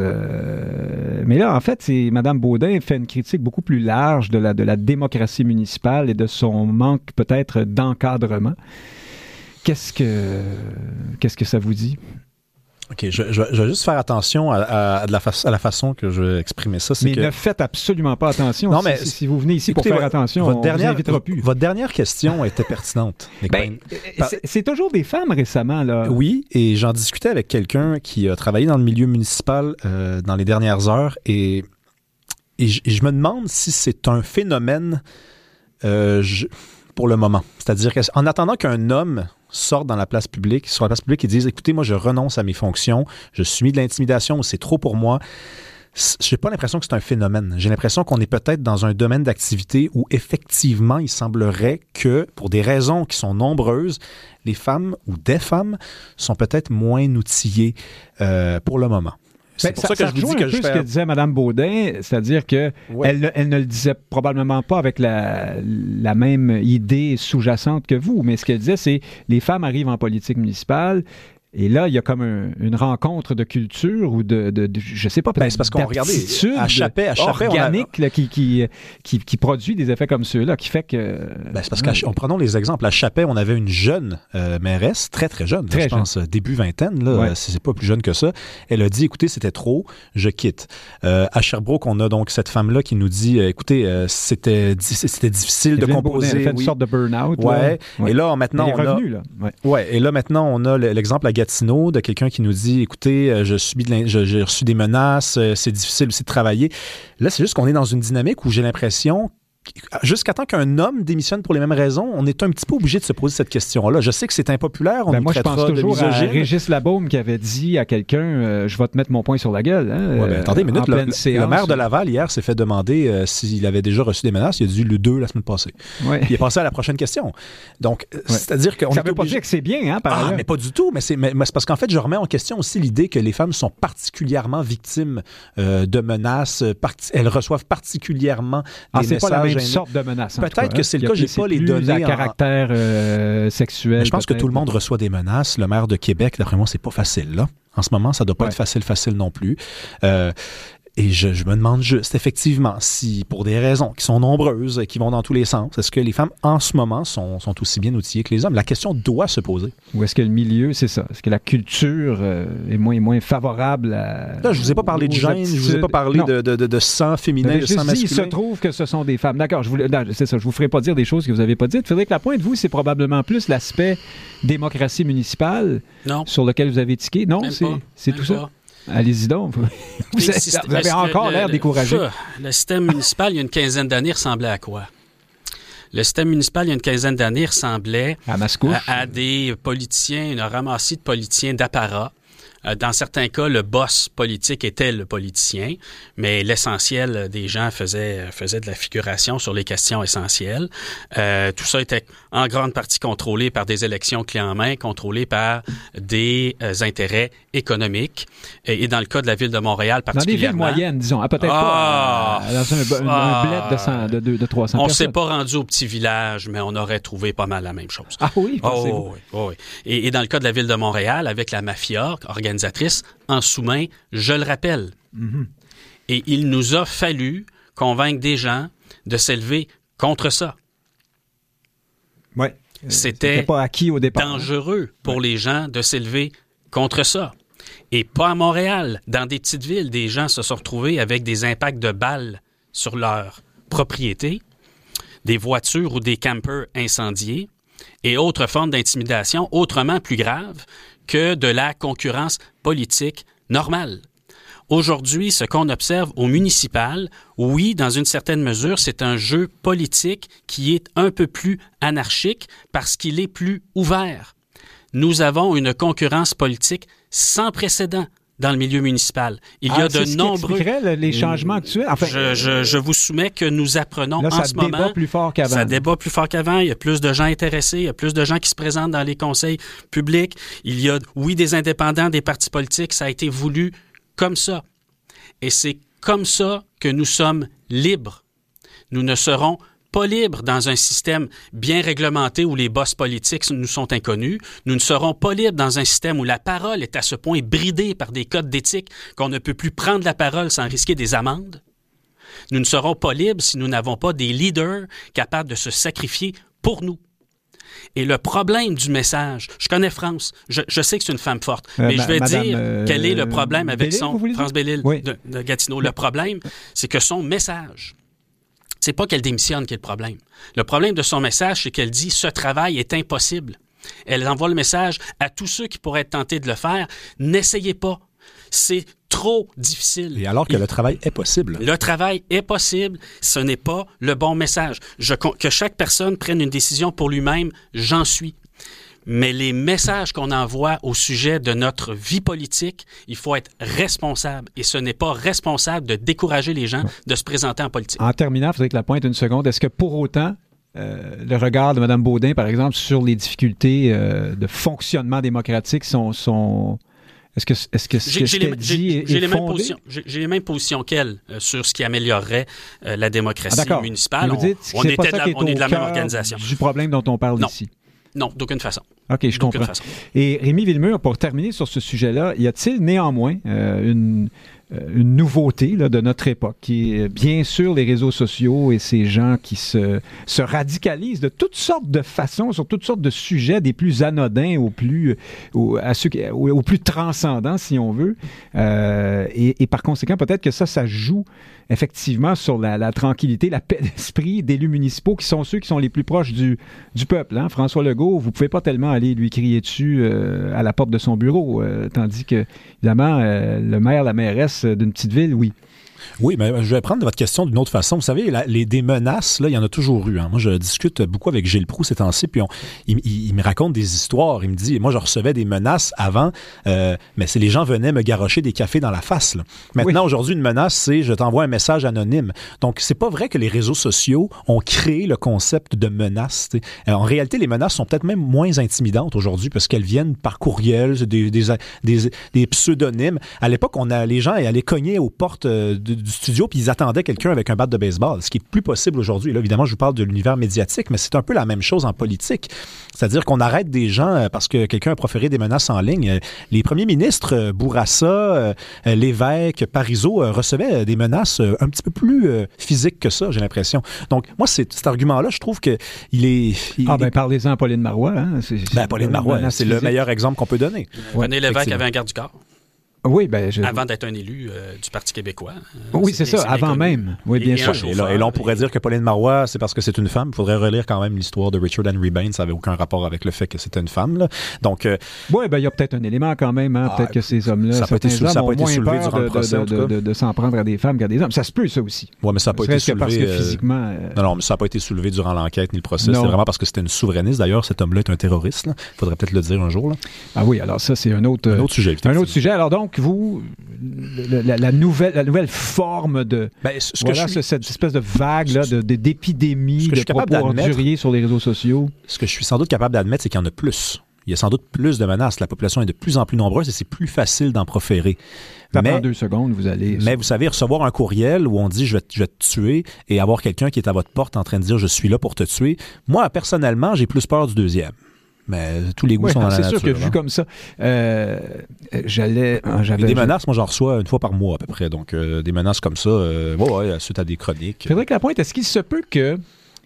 Euh, mais là, en fait, c'est Mme Baudin fait une critique beaucoup plus large de la, de la démocratie municipale et de son manque peut-être d'encadrement. Qu'est-ce que, qu'est-ce que ça vous dit? OK, je, je, je vais juste faire attention à, à, à, de la fa- à la façon que je vais exprimer ça. C'est mais que... ne faites absolument pas attention. Non, mais si, si vous venez ici écoutez, pour faire votre, attention, votre on dernière, vous invitera plus. Votre dernière question était pertinente. Ben, c'est, c'est toujours des femmes récemment, là. Oui, et j'en discutais avec quelqu'un qui a travaillé dans le milieu municipal euh, dans les dernières heures, et, et, je, et je me demande si c'est un phénomène euh, je, pour le moment. C'est-à-dire qu'en attendant qu'un homme sortent dans la place publique, sur la place publique, et disent « Écoutez, moi, je renonce à mes fonctions, je subis de l'intimidation, c'est trop pour moi », j'ai pas l'impression que c'est un phénomène. J'ai l'impression qu'on est peut-être dans un domaine d'activité où, effectivement, il semblerait que, pour des raisons qui sont nombreuses, les femmes ou des femmes sont peut-être moins outillées euh, pour le moment. C'est ben, pour ça, ça que ça je vous dis que un je peu fais... ce que disait Mme Baudin, c'est-à-dire que ouais. elle, elle ne le disait probablement pas avec la, la même idée sous-jacente que vous, mais ce qu'elle disait, c'est les femmes arrivent en politique municipale, Et là, il y a comme un, une rencontre de culture ou de, de, de je sais pas, peut-être ben, c'est parce qu'on regardait à Chappais, à Chappais, organique on a... là, qui, qui, qui, qui produit des effets comme ceux-là, qui fait que... Ben, c'est parce qu'en prenons les exemples. À Chappais, on avait une jeune euh, mairesse, très, très jeune, très là, je jeune. pense début vingtaine, là, ouais. c'est, c'est pas plus jeune que ça. Elle a dit, écoutez, c'était trop, je quitte. Euh, à Sherbrooke, on a donc cette femme-là qui nous dit, euh, écoutez, euh, c'était, c'était difficile Evelyne de composer. Beaudin, elle fait oui. une sorte de burn-out. Ouais. ouais. Et là, maintenant, elle est on revenue, a... là. Ouais. ouais. Et là, maintenant, on a l'exemple à Gatineau de quelqu'un qui nous dit, écoutez, je subis de l'in... je, j'ai reçu des menaces, c'est difficile aussi de travailler. Là, c'est juste qu'on est dans une dynamique où j'ai l'impression, jusqu'à temps qu'un homme démissionne pour les mêmes raisons, on est un petit peu obligé de se poser cette question-là. Je sais que c'est impopulaire, on ben nous moi, je traitera pense toujours de misogyne. à Régis Labaume qui avait dit à quelqu'un euh, « Je vais te mettre mon poing sur la gueule. Hein, » ouais, ben, attendez une minute, le, séance, le maire de Laval, hier, s'est fait demander euh, s'il avait déjà reçu des menaces. Il a dit le deux la semaine passée. Ouais. Puis il est passé à la prochaine question. Donc, ouais. c'est-à-dire qu'on Ça est veut pas obligé... dire que c'est bien, hein, par Ah, ailleurs. mais pas du tout. Mais c'est, mais, mais c'est parce qu'en fait, je remets en question aussi l'idée que les femmes sont particulièrement victimes euh, de menaces. Parti... Elles reçoivent particulièrement des ah, c'est messages. pas la même haineux. sorte de menace. Peut-être que c'est le cas, j'ai pas les données à en... caractère euh, sexuel. Mais je pense peut-être. que tout le monde reçoit des menaces. Le maire de Québec, d'après moi, c'est pas facile, là. En ce moment, ça doit pas ouais. être facile, facile non plus. Euh, Et je, je me demande juste, effectivement, si, pour des raisons qui sont nombreuses et qui vont dans tous les sens, est-ce que les femmes, en ce moment, sont, sont aussi bien outillées que les hommes? La question doit se poser. Ou est-ce que le milieu, c'est ça? Est-ce que la culture euh, est moins, moins favorable à... Là, je vous ai pas parlé de gêne, je vous ai pas parlé de, de, de, de sang féminin, mais de je sang dis, masculin. il se trouve que ce sont des femmes. D'accord, je voulais, non, c'est ça, je vous ferai pas dire des choses que vous n'avez pas dites. Frédéric Lapointe, vous, c'est probablement plus l'aspect démocratie municipale non. sur lequel vous avez tiqué. Non, Même c'est, pas. c'est Même tout pas. ça? Allez-y donc. Vous, vous avez, système, vous avez encore le, l'air le, découragé. Le, le système municipal, il y a une quinzaine d'années, ressemblait à quoi? Le système municipal, il y a une quinzaine d'années, ressemblait à, Mascouche. à, à des politiciens, une ramassie de politiciens d'apparat. Dans certains cas, le boss politique était le politicien, mais l'essentiel des gens faisaient, faisaient de la figuration sur les questions essentielles. Euh, tout ça était en grande partie contrôlé par des élections clés en main, contrôlé par des euh, intérêts économiques. Et, et dans le cas de la ville de Montréal particulièrement... Dans des villes moyennes, disons. Ah, peut-être ah, pas euh, dans un, ah, un bled de, cent, de, de, de trois cents on personnes. On s'est pas rendu au petit village, mais on aurait trouvé pas mal la même chose. Ah oui, oh, oui, oh, oui. Et, et dans le cas de la ville de Montréal, avec la mafia organisée en sous-main, je le rappelle. Mm-hmm. Et il nous a fallu convaincre des gens de s'élever contre ça. Oui. C'était, C'était pas acquis au départ. dangereux pour ouais. les gens de s'élever contre ça. Et pas à Montréal. Dans des petites villes, des gens se sont retrouvés avec des impacts de balles sur leur propriété, des voitures ou des campers incendiés et autres formes d'intimidation autrement plus graves que de la concurrence politique normale. Aujourd'hui, ce qu'on observe au municipal, oui, dans une certaine mesure, c'est un jeu politique qui est un peu plus anarchique parce qu'il est plus ouvert. Nous avons une concurrence politique sans précédent dans le milieu municipal. Il ah, y a c'est de ce nombreux... qui expliquerait les changements actuels. Enfin, je, je, je vous soumets que nous apprenons là, en ce moment... Ça débat plus fort qu'avant. Ça débat plus fort qu'avant. Il y a plus de gens intéressés. Il y a plus de gens qui se présentent dans les conseils publics. Il y a, oui, des indépendants, des partis politiques. Ça a été voulu comme ça. Et c'est comme ça que nous sommes libres. Nous ne serons pas libres dans un système bien réglementé où les boss politiques nous sont inconnus. Nous ne serons pas libres dans un système où la parole est à ce point bridée par des codes d'éthique qu'on ne peut plus prendre la parole sans risquer des amendes. Nous ne serons pas libres si nous n'avons pas des leaders capables de se sacrifier pour nous. Et le problème du message, je connais France, je, je sais que c'est une femme forte, euh, mais ma, je vais Madame, dire euh, quel est le problème avec Bellil, son... France Bellil oui. de, de Gatineau. Le problème, c'est que son message... C'est pas qu'elle démissionne qui est le problème. Le problème de son message, c'est qu'elle dit « ce travail est impossible ». Elle envoie le message à tous ceux qui pourraient être tentés de le faire. N'essayez pas. C'est trop difficile. Et alors que Et le travail est possible. Le travail est possible. Ce n'est pas le bon message. Je, que chaque personne prenne une décision pour lui-même, j'en suis. Mais les messages qu'on envoie au sujet de notre vie politique, il faut être responsable. Et ce n'est pas responsable de décourager les gens de se présenter en politique. En terminant, Frédéric Lapointe, une seconde. Est-ce que pour autant, euh, le regard de Mme Beaudin, par exemple, sur les difficultés euh, de fonctionnement démocratique sont... sont... Est-ce que, est-ce que ce j'ai, que j'ai qu'elle les, dit j'ai, est, j'ai est les mêmes fondé? positions, j'ai, j'ai les mêmes positions qu'elle euh, sur ce qui améliorerait euh, la démocratie ah, municipale. Vous dites on que on, c'est pas était ça de la, qui est on est de la au même cœur organisation. Du problème dont on parle non. ici. Non, d'aucune façon. OK, je comprends. Façon. Et Rémi Villemur, pour terminer sur ce sujet-là, y a-t-il néanmoins euh, une, euh, une nouveauté là, de notre époque, qui est bien sûr les réseaux sociaux et ces gens qui se, se radicalisent de toutes sortes de façons, sur toutes sortes de sujets, des plus anodins aux plus, aux, à ceux, aux, aux plus transcendants, si on veut. Euh, et, et par conséquent, peut-être que ça, ça joue effectivement sur la, la tranquillité, la paix d'esprit d'élus municipaux qui sont ceux qui sont les plus proches du, du peuple. Hein? François Legault, vous ne pouvez pas tellement aller lui crier dessus euh, à la porte de son bureau, euh, tandis que, évidemment, euh, le maire, la mairesse d'une petite ville, oui. Oui, mais je vais prendre votre question d'une autre façon. Vous savez, la, les, des menaces, là, il y en a toujours eu. Hein. Moi, je discute beaucoup avec Gilles Proulx ces temps-ci, puis on, il, il, il me raconte des histoires. Il me dit, moi, je recevais des menaces avant, euh, mais c'est les gens venaient me garrocher des cafés dans la face. Là. Maintenant, oui. Aujourd'hui, une menace, c'est je t'envoie un message anonyme. Donc, c'est pas vrai que les réseaux sociaux ont créé le concept de menace. T'sais. En réalité, les menaces sont peut-être même moins intimidantes aujourd'hui parce qu'elles viennent par courriel, des, des, des, des pseudonymes. À l'époque, on a les gens allaient cogner aux portes de du studio, puis ils attendaient quelqu'un avec un bat de baseball, ce qui est plus possible aujourd'hui. Là, évidemment, je vous parle de l'univers médiatique, mais c'est un peu la même chose en politique. C'est-à-dire qu'on arrête des gens parce que quelqu'un a proféré des menaces en ligne. Les premiers ministres, Bourassa, Lévesque, Parizeau, recevaient des menaces un petit peu plus physiques que ça, j'ai l'impression. Donc, moi, c'est, cet argument-là, je trouve qu'il est... Il ah, ben, est... parlez-en à Pauline Marois. Hein? C'est, c'est ben, Pauline Marois, c'est physique. Le meilleur exemple qu'on peut donner. Ouais, René Lévesque avait un garde du corps. Oui, ben je... Avant d'être un élu euh, du Parti québécois. Euh, oui, c'est, c'est ça, avant connu. Même. Oui, bien et, sûr. Et, et, là, et là, on pourrait et... dire que Pauline Marois, c'est parce que c'est une femme. Il faudrait relire quand même l'histoire de Richard Henry Bain. Ça n'avait aucun rapport avec le fait que c'était une femme. Là. Donc, euh... oui, ben il y a peut-être un élément quand même. Hein, ah, peut-être que ces hommes-là, ça n'a pas été, sou- ça a pas été soulevé de, durant le procès, de, en tout cas. De, de, de s'en prendre à des femmes qu'à des hommes. Ça se peut, ça aussi. Oui, mais ça n'a pas été soulevé. Parce que physiquement... Euh... Non, non, mais ça n'a pas été soulevé durant l'enquête ni le procès. Non. C'est vraiment parce que c'était une souverainiste. D'ailleurs, cet homme-là est un terroriste. Il faudrait peut-être le dire un jour. Là. Ah oui, alors ça, c'est un autre, un autre sujet. Un autre sujet. Alors donc, vous... Le, la, la, nouvelle, la nouvelle forme de ben, ce voilà, que je suis, cette espèce de vague là, de, de, d'épidémie de propos orduriers sur les réseaux sociaux. Ce que je suis sans doute capable d'admettre, c'est qu'il y en a plus. Il y a sans doute plus de menaces. La population est de plus en plus nombreuse et c'est plus facile d'en proférer. Ça mais, prend deux secondes, vous allez... Mais vous savez, recevoir un courriel où on dit je vais, je vais te tuer et avoir quelqu'un qui est à votre porte en train de dire je suis là pour te tuer, moi, personnellement, j'ai plus peur du deuxième. Mais tous les goûts oui, sont dans la nature. C'est sûr que hein. vu comme ça, euh, j'allais... J'avais, des menaces, moi j'en reçois une fois par mois à peu près. Donc euh, des menaces comme ça, euh, ouais, ouais, suite à des chroniques. Frédéric Lapointe, est-ce qu'il se peut que...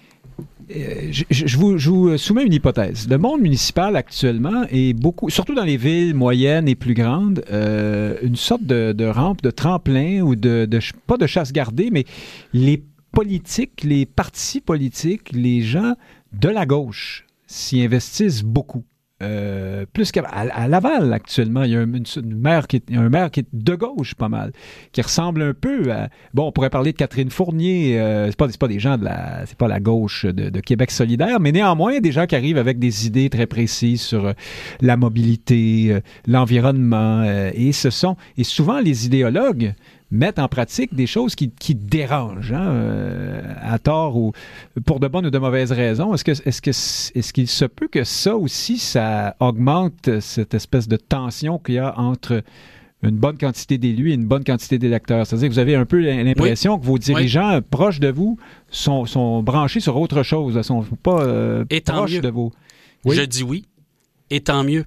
Euh, je, je, vous, je vous soumets une hypothèse. Le monde municipal actuellement est beaucoup, surtout dans les villes moyennes et plus grandes, euh, une sorte de, de rampe, de tremplin ou de, de... pas de chasse gardée, mais les politiques, les partis politiques, les gens de la gauche s'y investissent beaucoup. Euh, plus qu'à à, à Laval, actuellement, il y a un, une, une maire qui est, il y a un maire qui est de gauche, pas mal, qui ressemble un peu à... Bon, on pourrait parler de Catherine Fournier, euh, c'est pas, c'est pas des gens de la... c'est pas la gauche de, de Québec solidaire, mais néanmoins, des gens qui arrivent avec des idées très précises sur euh, la mobilité, euh, l'environnement, euh, et ce sont... Et souvent, les idéologues mettent en pratique des choses qui, qui dérangent, hein, euh, à tort ou pour de bonnes ou de mauvaises raisons. Est-ce que, est-ce que, est-ce qu'il se peut que ça aussi, ça augmente cette espèce de tension qu'il y a entre une bonne quantité d'élus et une bonne quantité d'électeurs? C'est-à-dire que vous avez un peu l'impression oui. que vos dirigeants oui. proches de vous sont, sont branchés sur autre chose, ne sont pas euh, proches mieux. de vous. Oui? Je dis oui, et tant mieux.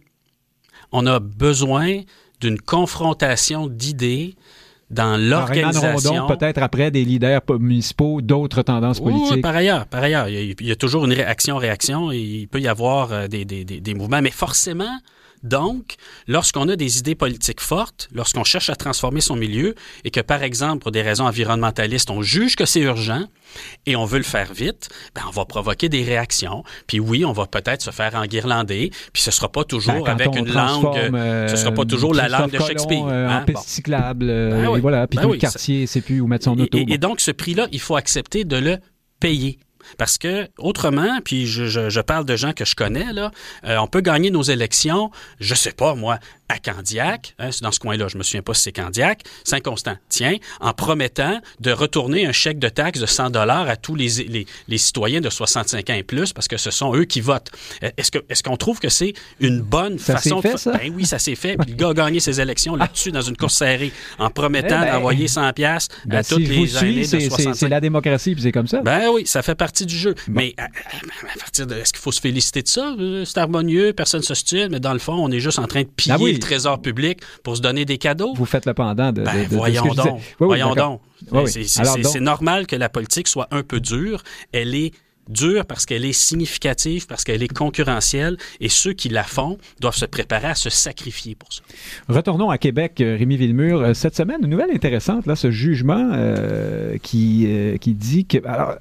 On a besoin d'une confrontation d'idées dans l'organisation. Raymond Rondon, peut-être après des leaders municipaux, d'autres tendances politiques. Oui, par ailleurs, par ailleurs. Il y a, il y a toujours une réaction-réaction et il peut y avoir des, des, des, des mouvements, mais forcément, donc, lorsqu'on a des idées politiques fortes, lorsqu'on cherche à transformer son milieu et que, par exemple, pour des raisons environnementalistes, on juge que c'est urgent et on veut le faire vite, ben on va provoquer des réactions. Puis oui, on va peut-être se faire enguirlander, puis ce sera pas toujours ben, avec une langue, euh, ce sera pas toujours la langue de Shakespeare. Euh, hein? En piste cyclable, euh, ben oui, et voilà, puis ben tout oui, le quartier ça... sait plus où mettre son auto. Et, bon. et donc, ce prix-là, il faut accepter de le payer. Parce que, autrement, puis je, je, je parle de gens que je connais, là, euh, on peut gagner nos élections, je sais pas, moi, à Candiac, hein, c'est dans ce coin-là, je me souviens pas si c'est Candiac, Saint-Constant, tiens, en promettant de retourner un chèque de taxe de cent dollars à tous les, les, les citoyens de soixante-cinq ans et plus, parce que ce sont eux qui votent. Est-ce que, est-ce qu'on trouve que c'est une bonne ça façon s'est fait, de... ça? Ben oui, ça s'est fait, puis le gars a gagné ses élections là-dessus dans une course serrée, en promettant eh ben, d'envoyer cent piastres ben, à si toutes les suis, aînés c'est, de soixante-cinq. C'est, c'est la démocratie, puis c'est comme ça. Ben oui, ça fait partie partie du jeu. Bon. Mais à, à partir de... Est-ce qu'il faut se féliciter de ça? C'est harmonieux, personne ne se stule, mais dans le fond, on est juste en train de piller ah oui. le trésor public pour se donner des cadeaux. Vous faites le pendant de... Ben, de, de voyons de ce que donc. Oui, oui, voyons donc. Oui, oui. C'est, c'est, Alors, c'est, donc... c'est normal que la politique soit un peu dure. Elle est dure parce qu'elle est significative, parce qu'elle est concurrentielle, et ceux qui la font doivent se préparer à se sacrifier pour ça. Retournons à Québec, Rémi Villemure. Cette semaine, une nouvelle intéressante, là, ce jugement euh, qui, euh, qui dit que... Alors,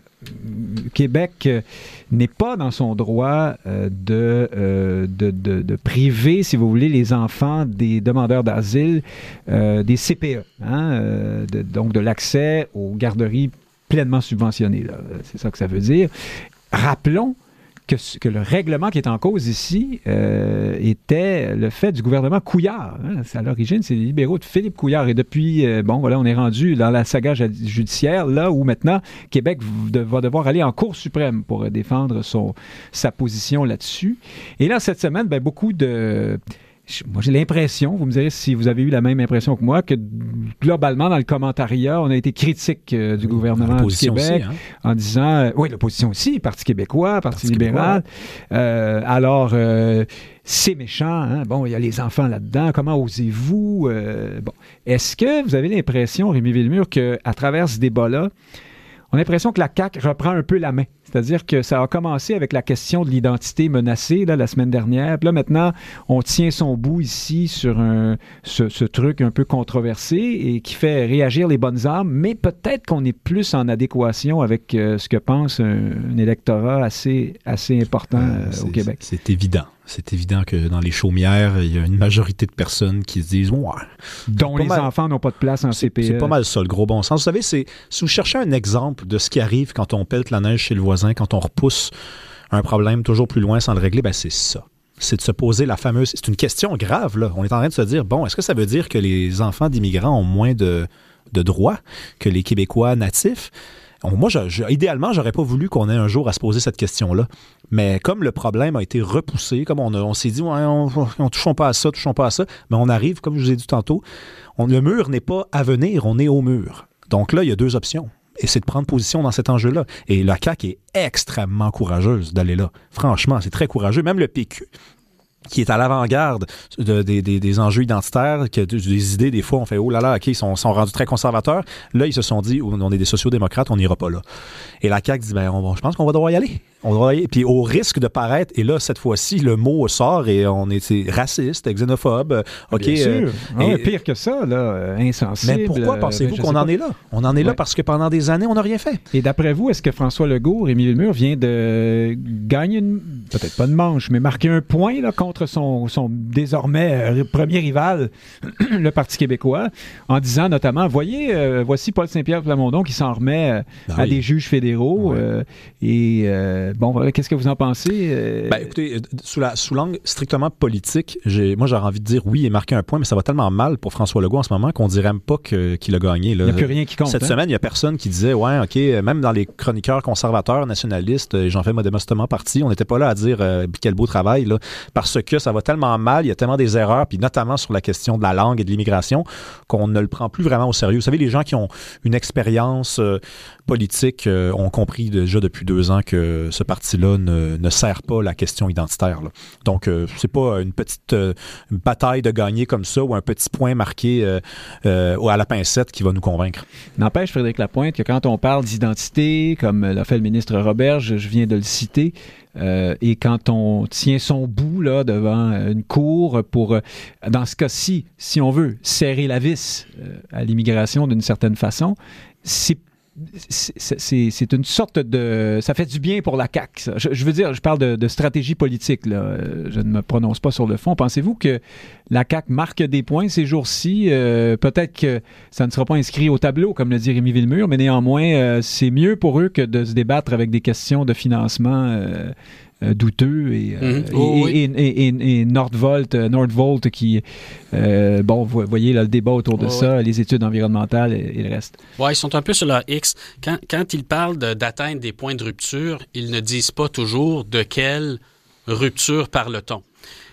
Québec euh, n'est pas dans son droit euh, de, euh, de, de, de priver, si vous voulez, les enfants des demandeurs d'asile euh, des C P E, hein, euh, de, donc de l'accès aux garderies pleinement subventionnées. Là. C'est ça que ça veut dire. Rappelons que, que le règlement qui est en cause ici euh, était le fait du gouvernement Couillard. Hein. À l'origine, c'est les libéraux de Philippe Couillard. Et depuis, euh, bon, voilà, on est rendu dans la saga judiciaire, là où maintenant Québec va devoir aller en Cour suprême pour défendre son, sa position là-dessus. Et là, cette semaine, ben, beaucoup de... Moi, j'ai l'impression, vous me direz si vous avez eu la même impression que moi, que globalement, dans le commentariat, on a été critique euh, du oui, gouvernement du Québec aussi, hein? En disant, euh, oui, l'opposition aussi, Parti québécois, Parti, Parti libéral. Euh, alors, euh, c'est méchant, hein? Bon, il y a les enfants là-dedans, comment osez-vous? Euh, bon. Est-ce que vous avez l'impression, Rémi Villemure, qu'à travers ce débat-là, on a l'impression que la C A Q reprend un peu la main. C'est-à-dire que ça a commencé avec la question de l'identité menacée là, la semaine dernière. Puis là, maintenant, on tient son bout ici sur un, ce, ce truc un peu controversé et qui fait réagir les bonnes âmes, mais peut-être qu'on est plus en adéquation avec euh, ce que pense un, un électorat assez, assez important euh, au Québec. C'est évident. C'est évident que dans les chaumières, il y a une majorité de personnes qui se disent « Ouais. » Dont les mal... enfants n'ont pas de place en C P E. C'est pas mal ça, le gros bon sens. Vous savez, c'est, si vous cherchez un exemple de ce qui arrive quand on pète la neige chez le voisin, quand on repousse un problème toujours plus loin sans le régler, ben c'est ça. C'est de se poser la fameuse... C'est une question grave, là. On est en train de se dire, bon, est-ce que ça veut dire que les enfants d'immigrants ont moins de, de droits que les Québécois natifs? Moi, je, je, idéalement, j'aurais pas voulu qu'on ait un jour à se poser cette question-là. Mais comme le problème a été repoussé, comme on, a, on s'est dit, ouais, on, on touchons pas à ça, touchons pas à ça, mais on arrive, comme je vous ai dit tantôt, on, le mur n'est pas à venir, on est au mur. Donc là, il y a deux options. Et c'est de prendre position dans cet enjeu-là. Et la C A Q est extrêmement courageuse d'aller là. Franchement, c'est très courageux. Même le P Q, qui est à l'avant-garde de, de, de, des enjeux identitaires, qui a des idées, des fois, on fait « Oh là là, OK, ils sont, sont rendus très conservateurs. » Là, ils se sont dit « On est des sociodémocrates, on n'ira pas là. » Et la C A Q dit ben, on va, « Je pense qu'on va devoir y aller. » On doit y... Puis au risque de paraître, et là, cette fois-ci, le mot sort et on est, c'est raciste, xénophobe. OK. Bien sûr. Euh, ah, et... Pire que ça, là, insensible. Mais pourquoi pensez-vous qu'on en est là? On en est là ouais. parce que pendant des années, on n'a rien fait. Et d'après vous, est-ce que François Legault, Rémi Villemure, vient de gagner, une... peut-être pas de manche, mais marquer un point là, contre son, son désormais euh, premier rival, le Parti québécois, en disant notamment, voyez, euh, voici Paul Saint-Pierre Plamondon qui s'en remet euh, ben à oui. des juges fédéraux. Ouais. Euh, et euh, bon, voilà, qu'est-ce que vous en pensez? Euh... Ben, écoutez, sous, la, sous l'angle strictement politique, j'ai, moi, j'aurais envie de dire oui et marquer un point, mais ça va tellement mal pour François Legault en ce moment qu'on dirait même pas que, qu'il a gagné. Là. Il n'y a plus rien qui compte. Cette hein? semaine, il n'y a personne qui disait, ouais, OK, même dans les chroniqueurs conservateurs, nationalistes, et j'en fais modestement partie, on n'était pas là à dire euh, quel beau travail, là, parce que ça va tellement mal, il y a tellement des erreurs, puis notamment sur la question de la langue et de l'immigration, qu'on ne le prend plus vraiment au sérieux. Vous savez, les gens qui ont une expérience euh, politique euh, ont compris déjà depuis deux ans que ce parti-là ne, ne sert pas la question identitaire. Là. Donc, euh, c'est pas une petite euh, une bataille de gagner comme ça ou un petit point marqué euh, euh, à la pincette qui va nous convaincre. N'empêche, Frédéric Lapointe, que quand on parle d'identité, comme l'a fait le ministre Roberge, je viens de le citer, Euh, et quand on tient son bout là, devant une cour pour, euh, dans ce cas-ci, si on veut, serrer la vis euh, à l'immigration d'une certaine façon, c'est C'est, c'est, c'est une sorte de... Ça fait du bien pour la C A Q, ça. Je, je veux dire, je parle de, de stratégie politique, là. Je ne me prononce pas sur le fond. Pensez-vous que la C A Q marque des points ces jours-ci? Euh, peut-être que ça ne sera pas inscrit au tableau, comme le dit Rémi Villemure, mais néanmoins, euh, c'est mieux pour eux que de se débattre avec des questions de financement euh, euh, douteux et, euh, mm-hmm. oh, et, oui. et, et, et, et Nordvolt, Nordvolt qui... Euh, bon, vous voyez là, le débat autour de oh, ça, oui. les études environnementales et, et le reste. Oui, ils sont un peu sur leur X. Quand, quand ils parlent de, d'atteindre des points de rupture, ils ne disent pas toujours de quelle rupture parle-t-on.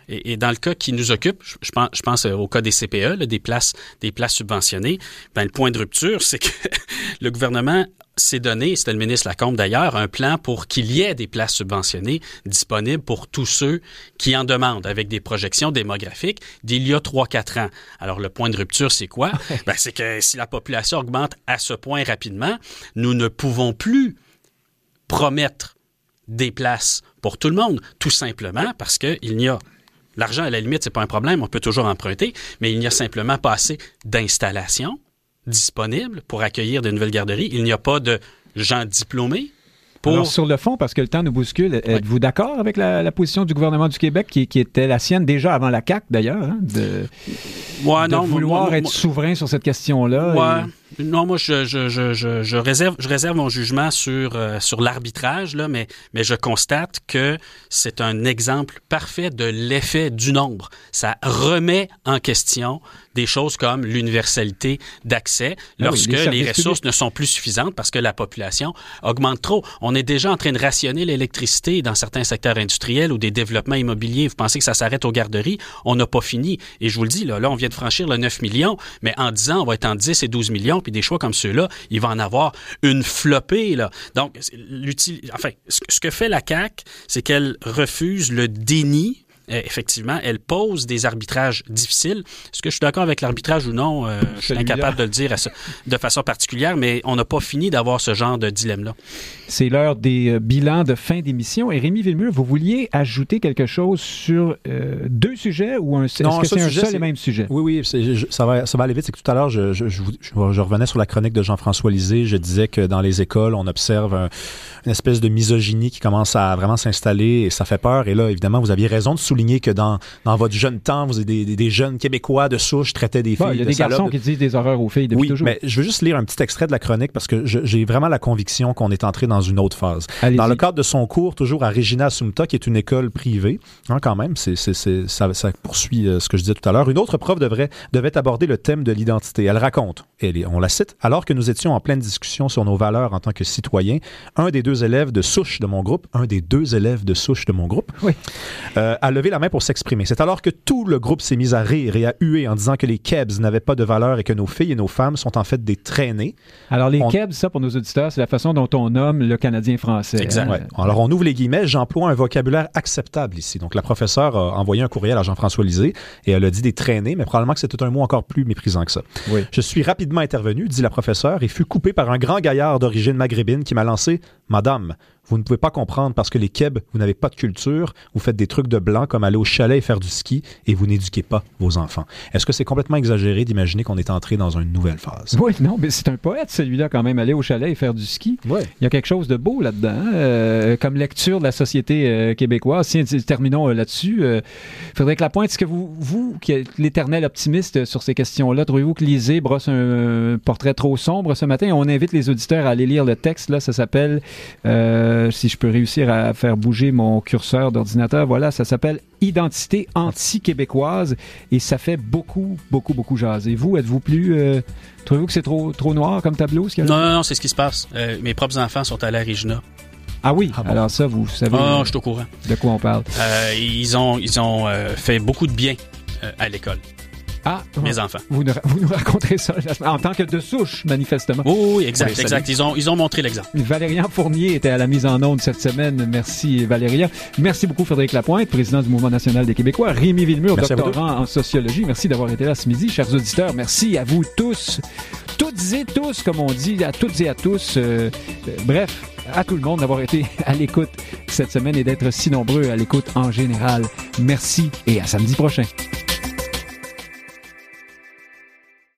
Et, et dans le cas qui nous occupe, je, je, pense, je pense au cas des C P E, là, des places, des places subventionnées, ben, le point de rupture, c'est que le gouvernement s'est donné, c'était le ministre Lacombe d'ailleurs, un plan pour qu'il y ait des places subventionnées disponibles pour tous ceux qui en demandent, avec des projections démographiques d'il y a trois quatre ans. Alors, le point de rupture, c'est quoi? Ben, c'est que si la population augmente à ce point rapidement, nous ne pouvons plus promettre des places pour tout le monde, tout simplement parce qu'il n'y a... L'argent, à la limite, c'est pas un problème, on peut toujours emprunter, mais il n'y a simplement pas assez d'installations disponibles pour accueillir de nouvelles garderies. Il n'y a pas de gens diplômés. Pour... Alors, sur le fond, parce que le temps nous bouscule, ouais. êtes-vous d'accord avec la, la position du gouvernement du Québec, qui, qui était la sienne déjà avant la C A Q, d'ailleurs, hein, de, ouais, de non, vouloir moi, moi, être moi, souverain sur cette question-là? Ouais. Et... Non, moi, je, je, je, je, je, réserve, je réserve mon jugement sur, euh, sur l'arbitrage, là, mais, mais je constate que c'est un exemple parfait de l'effet du nombre. Ça remet en question des choses comme l'universalité d'accès lorsque ah oui, les, les ressources publics. ne sont plus suffisantes parce que la population augmente trop. On est déjà en train de rationner l'électricité dans certains secteurs industriels ou des développements immobiliers. Vous pensez que ça s'arrête aux garderies? On n'a pas fini. Et je vous le dis, là, là, on vient de franchir le neuf millions, mais en dix ans, on va être en dix et douze millions, puis des choix comme ceux-là, il va en avoir une flopée, là. Donc, l'util... enfin, ce que fait la C A Q, c'est qu'elle refuse le déni. Euh, effectivement, elle pose des arbitrages difficiles. Est-ce que je suis d'accord avec l'arbitrage ou non? Euh, je suis incapable de le dire à ce, de façon particulière, mais on n'a pas fini d'avoir ce genre de dilemme-là. C'est l'heure des euh, bilans de fin d'émission. Et Rémi Villemur, vous vouliez ajouter quelque chose sur euh, deux sujets ou un, est-ce non, que c'est un seul et même sujet? Oui, oui, c'est, je, ça, va, ça va aller vite. C'est que tout à l'heure, je, je, je, je, je revenais sur la chronique de Jean-François Lisée. Je disais que dans les écoles, on observe un, une espèce de misogynie qui commence à vraiment s'installer et ça fait peur. Et là, évidemment, vous aviez raison de souligner que dans, dans votre jeune temps, vous avez des, des, des jeunes Québécois de souche traitaient des filles bah, il y a de des salopes. garçons qui disent des horreurs aux filles depuis oui, toujours. Oui, mais je veux juste lire un petit extrait de la chronique parce que je, j'ai vraiment la conviction qu'on est entré dans une autre phase. Allez-y. Dans le cadre de son cours, toujours à Regina Assumpta, qui est une école privée, hein, quand même, c'est, c'est, c'est, ça, ça poursuit euh, ce que je disais tout à l'heure, une autre prof devrait, devait aborder le thème de l'identité. Elle raconte, et on la cite, « Alors que nous étions en pleine discussion sur nos valeurs en tant que citoyens, un des deux élèves de souche de mon groupe, un des deux élèves de souche de mon groupe, oui. euh, a levé la main pour s'exprimer. C'est alors que tout le groupe s'est mis à rire et à huer en disant que les Kebs n'avaient pas de valeur et que nos filles et nos femmes sont en fait des traînées. » Alors les on... Kebs, ça pour nos auditeurs, c'est la façon dont on nomme le Canadien français. Exact. Ouais. Alors on ouvre les guillemets, j'emploie un vocabulaire acceptable ici. Donc la professeure a envoyé un courriel à Jean-François Lisée et elle a dit des traînées, mais probablement que c'était un mot encore plus méprisant que ça. Oui. Je suis rapidement intervenu, dit la professeure, et fut coupé par un grand gaillard d'origine maghrébine qui m'a lancé « Madame, vous ne pouvez pas comprendre parce que les Kebs, vous n'avez pas de culture, vous faites des trucs de blanc comme aller au chalet et faire du ski et vous n'éduquez pas vos enfants. » Est-ce que c'est complètement exagéré d'imaginer qu'on est entré dans une nouvelle phase? Oui, non, mais c'est un poète celui-là quand même, aller au chalet et faire du ski. Ouais. Il y a quelque chose de beau là-dedans, hein? euh, comme lecture de la société euh, québécoise. Si, terminons euh, là-dessus. Euh, Frédéric Lapointe, est-ce que vous, vous, qui êtes l'éternel optimiste sur ces questions-là, trouvez-vous que Lisée brosse un, un portrait trop sombre ce matin? On invite les auditeurs à aller lire le texte, là, ça s'appelle... Euh, si je peux réussir à faire bouger mon curseur d'ordinateur, voilà, ça s'appelle « Identité anti-québécoise » et ça fait beaucoup, beaucoup, beaucoup jaser. Vous, êtes-vous plus... Euh, trouvez-vous que c'est trop, trop noir comme tableau? Ce qu'il y a non, non, non, c'est ce qui se passe. Euh, mes propres enfants sont allés à Regina. Ah oui, ah bon. Alors ça, vous savez... Ah, non, je suis au courant. De quoi on parle? Euh, ils ont, ils ont euh, fait beaucoup de bien euh, à l'école. Ah, mes enfants. Vous nous, vous nous raconterez ça en tant que de souche, manifestement. Oh, oui, exact, oui, exact. Ils ont, ils ont montré l'exemple. Valérian Fournier était à la mise en onde cette semaine. Merci, Valérian. Merci beaucoup, Frédéric Lapointe, président du Mouvement national des Québécois. Rémi Villemur, merci doctorant en sociologie. Merci d'avoir été là ce midi. Chers auditeurs, merci à vous tous. Toutes et tous, comme on dit, à toutes et à tous. Euh, euh, bref, à tout le monde d'avoir été à l'écoute cette semaine et d'être si nombreux à l'écoute en général. Merci et à samedi prochain.